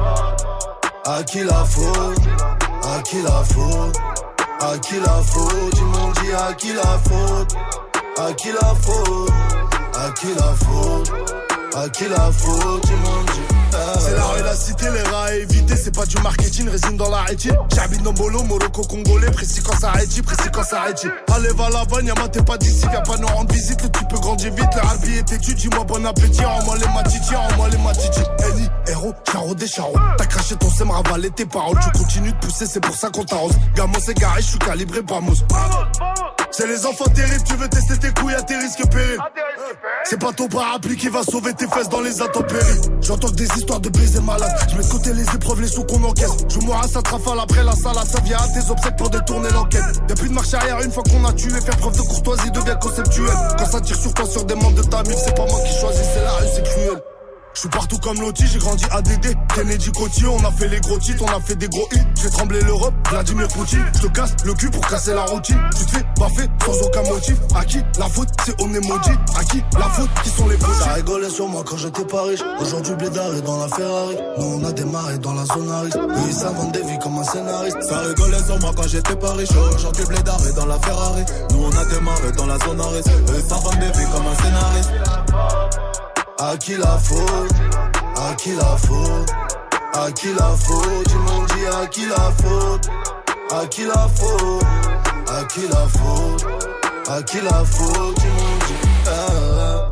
S10: À qui la faute? À qui la faute? À qui la faute? Ils m'ont dit à qui la faute? À qui la faute? À qui la faute? À qui la faute? Ils m'ont dit.
S5: C'est la rue, la cité, les rats à éviter. C'est pas du marketing, résine dans la rétine. J'habite dans Bolo, Morocco, Congolais. Précis quand ça rédit, précis quand ça rédit. Allez, va la vanne, y'a t'es pas d'ici. Viens pas nous rendre visite, le type grandit vite. Le harbi est têtu, dis-moi bon appétit. Rends-moi les matiti, rends-moi les matiti. Eni, héros, charo des charros. T'as craché ton sème, ravalé tes paroles. Tu continues de pousser, c'est pour ça qu'on t'arrose. Gamo, c'est garé, j'suis calibré, Bamos. C'est les enfants terribles, tu veux tester tes couilles à tes risques périls. C'est pas ton parapluie qui va sauver tes fesses dans les intempéries. J'entends des histoires de baiser malades. Je mets de côté les épreuves, les sous qu'on encaisse. Je mourrai à sa trafale après la salade. Ça vient à tes obsèques pour détourner l'enquête. Y'a plus de marche arrière une fois qu'on a tué. Faire preuve de courtoisie devient conceptuel. Quand ça tire sur toi sur des membres de ta mif, c'est pas moi qui choisis, c'est la rue, c'est cruel. Je suis partout comme Loti, j'ai grandi A D D, Kennedy Coty, on a fait les gros titres, on a fait des gros hits. J'ai tremblé l'Europe, Vladimir Poutine. Je te casse le cul pour casser la routine. Tu te fais baffer sans aucun motif. À qui la faute, c'est on est maudit. À qui la faute, qui sont les fautifs.
S10: Ça rigolait sur moi quand j'étais pas riche. Aujourd'hui blédard est dans la Ferrari. Nous on a démarré dans la zone à risque. Eux ils s'inventent des vies comme un scénariste.
S15: Ça rigolait sur moi quand j'étais pas riche. Aujourd'hui blédard est dans la Ferrari. Nous on a démarré dans la zone à risque. Eux ils s'inventent des vies comme un scénariste.
S10: À qui la faute? À qui la faute? À qui la faute? Ils m'ont dit à qui la faute? À qui la faute? À qui la faute? À qui la faute? Ils m'ont dit ah.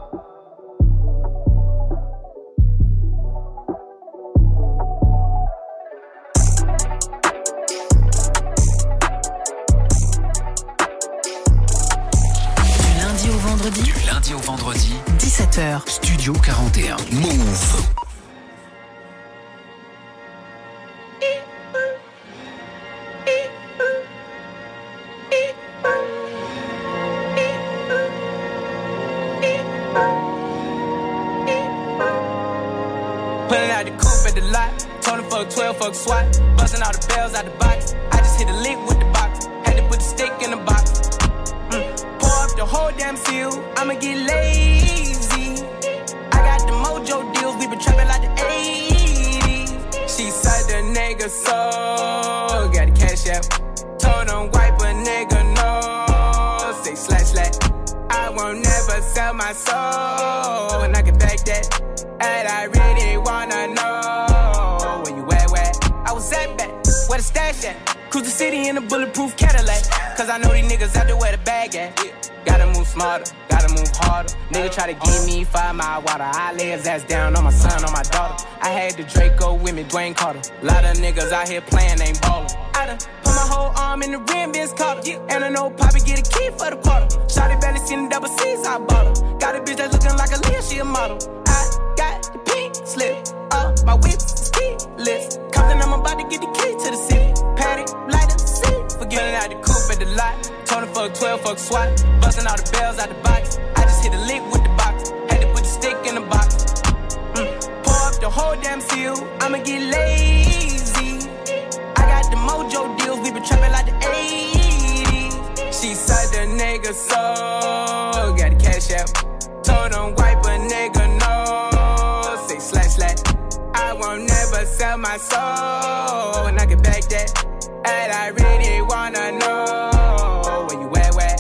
S3: Du lundi au vendredi.
S4: Du lundi au vendredi.
S3: dix-sept heures.
S4: Studio quarante et un. Move.
S8: Pulling out the coupe at the lot. Told him fuck twelve, fuck SWAT. Busting all the bells out the box. I just hit a lick with the box. Had to put the stick in the box. Mm. Pour up the whole damn field. I'ma get lazy. my soul, and I can back that. And I really wanna know where you at, where I was at back, where the stash at. Cruise the city in a bulletproof Cadillac, cause I know these niggas out there where the bag at. Gotta move smarter, gotta move harder. Nigga try to give me five mile water. I lay his ass down on my son, on my daughter. I had the Draco with me, Dwayne Carter. Lot of niggas out here playing, ain't ballin'. I done put my whole arm in the rim, Vince Carter. And I know Poppy get a key for the quarter. Shawty barely seen the double C's, I bought her. Got a bitch that's looking like a Leah, she a model. I got the pink slip, uh, my whip is keyless. Compton, I'm about to get the key to the city. Patty, light up the seat. Forgetting out the coupe at the lot. Tony fuck twelve, fuck SWAT. Busting all the bells out the box. I just hit a lick with the box. Had to put the stick in the box. Mm. Pour up the whole damn seal. I'ma get lazy. I got the mojo deals. We been trapping like the eighties. She said the nigga so got the cash out. Told him wipe a nigga no. Say slash slash. I won't never sell my soul, and I can back that. And I really wanna know where you at, where?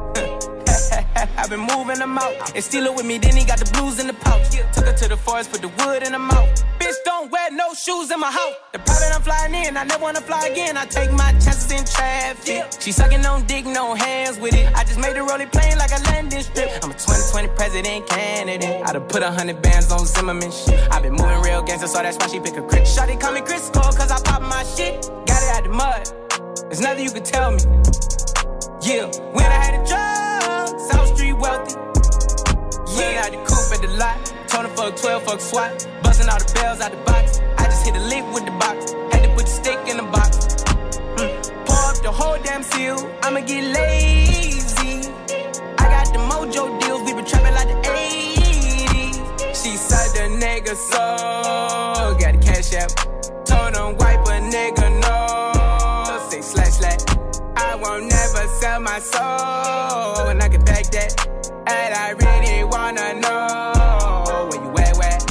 S8: I've been moving them out. And steal it with me, then he got the blues in the pouch. Took her to the forest, put the wood in her mouth. Bitch, don't wear no shoes in my house. The private I'm flying in, I never wanna fly again. I take my chances in traffic. She sucking on dick, no hands with it. I just made the rolling plane like a landing strip. I'm a twenty twenty president candidate. I done put a hundred bands on Zimmerman shit. I been moving real gangster, so that's why she pick a crit. Shawty call me Chris Cole, cause I pop my shit. Got it out the mud. There's nothing you can tell me. Yeah, when I had a drug, South Street wealthy. Yeah, out the coupe at the lot. Tony fuck twelve, fuck SWAT. Busting all the bells out the box. I just hit a lick with the box. Had to put the stick in the box. Mm. Pour up the whole damn seal. I'ma get lazy. I got the mojo deals. We been trapping like the eighties. She said the nigga so got the cash out. Told him wipe a nigga no. Say slash slash. I won't never sell my soul, and I can back that. And I really wanna know where you at, where?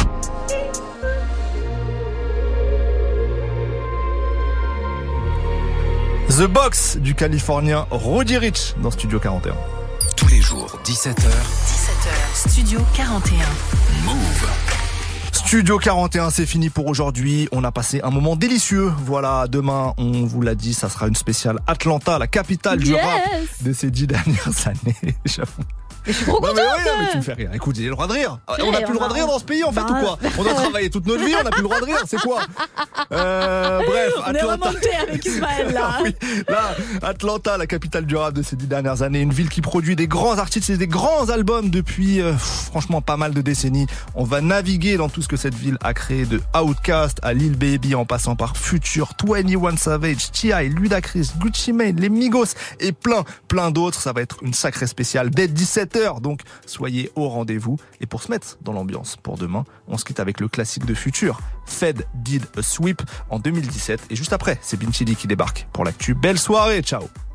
S1: The Box du Californien Roddy Ricch dans Studio quarante et un.
S4: Tous les jours, dix-sept heures.
S3: dix-sept heures, Studio quarante et un.
S4: Move.
S1: Studio quarante et un, c'est fini pour aujourd'hui. On a passé un moment délicieux. Voilà, demain, on vous l'a dit, ça sera une spéciale Atlanta, la capitale du
S2: Yes.
S1: rap de ces dix dernières années. J'avoue.
S2: Je suis trop contente.
S1: Non, mais, ouais, mais tu me fais rire. Écoute, j'ai le droit de rire.
S2: Ouais,
S1: on a plus
S2: on
S1: le droit de
S2: a-
S1: rire dans ce pays, en fait,
S2: bah,
S1: ou quoi? On doit travailler toute notre vie, on a plus le droit de rire. C'est quoi? Euh, bref,
S2: On est
S1: Atlanta.
S2: remonté avec Ismaël là.
S1: Oui, là, Atlanta, la capitale du rap de ces dix dernières années, une ville qui produit des grands artistes et des grands albums depuis euh, franchement pas mal de décennies. On va naviguer dans tout ce que cette ville a créé, de Outkast à Lil Baby en passant par Future, vingt et un Savage, T I, Ludacris, Gucci Mane, les Migos et plein, plein d'autres. Ça va être une sacrée spéciale dès dix-sept heures, donc soyez au rendez-vous. Et pour se mettre dans l'ambiance pour demain, on se quitte avec le classique de Future, Fed Did a Sweep en deux mille dix-sept. Et juste après, c'est Bin Chili qui débarque pour l'actu. Belle soirée, ciao.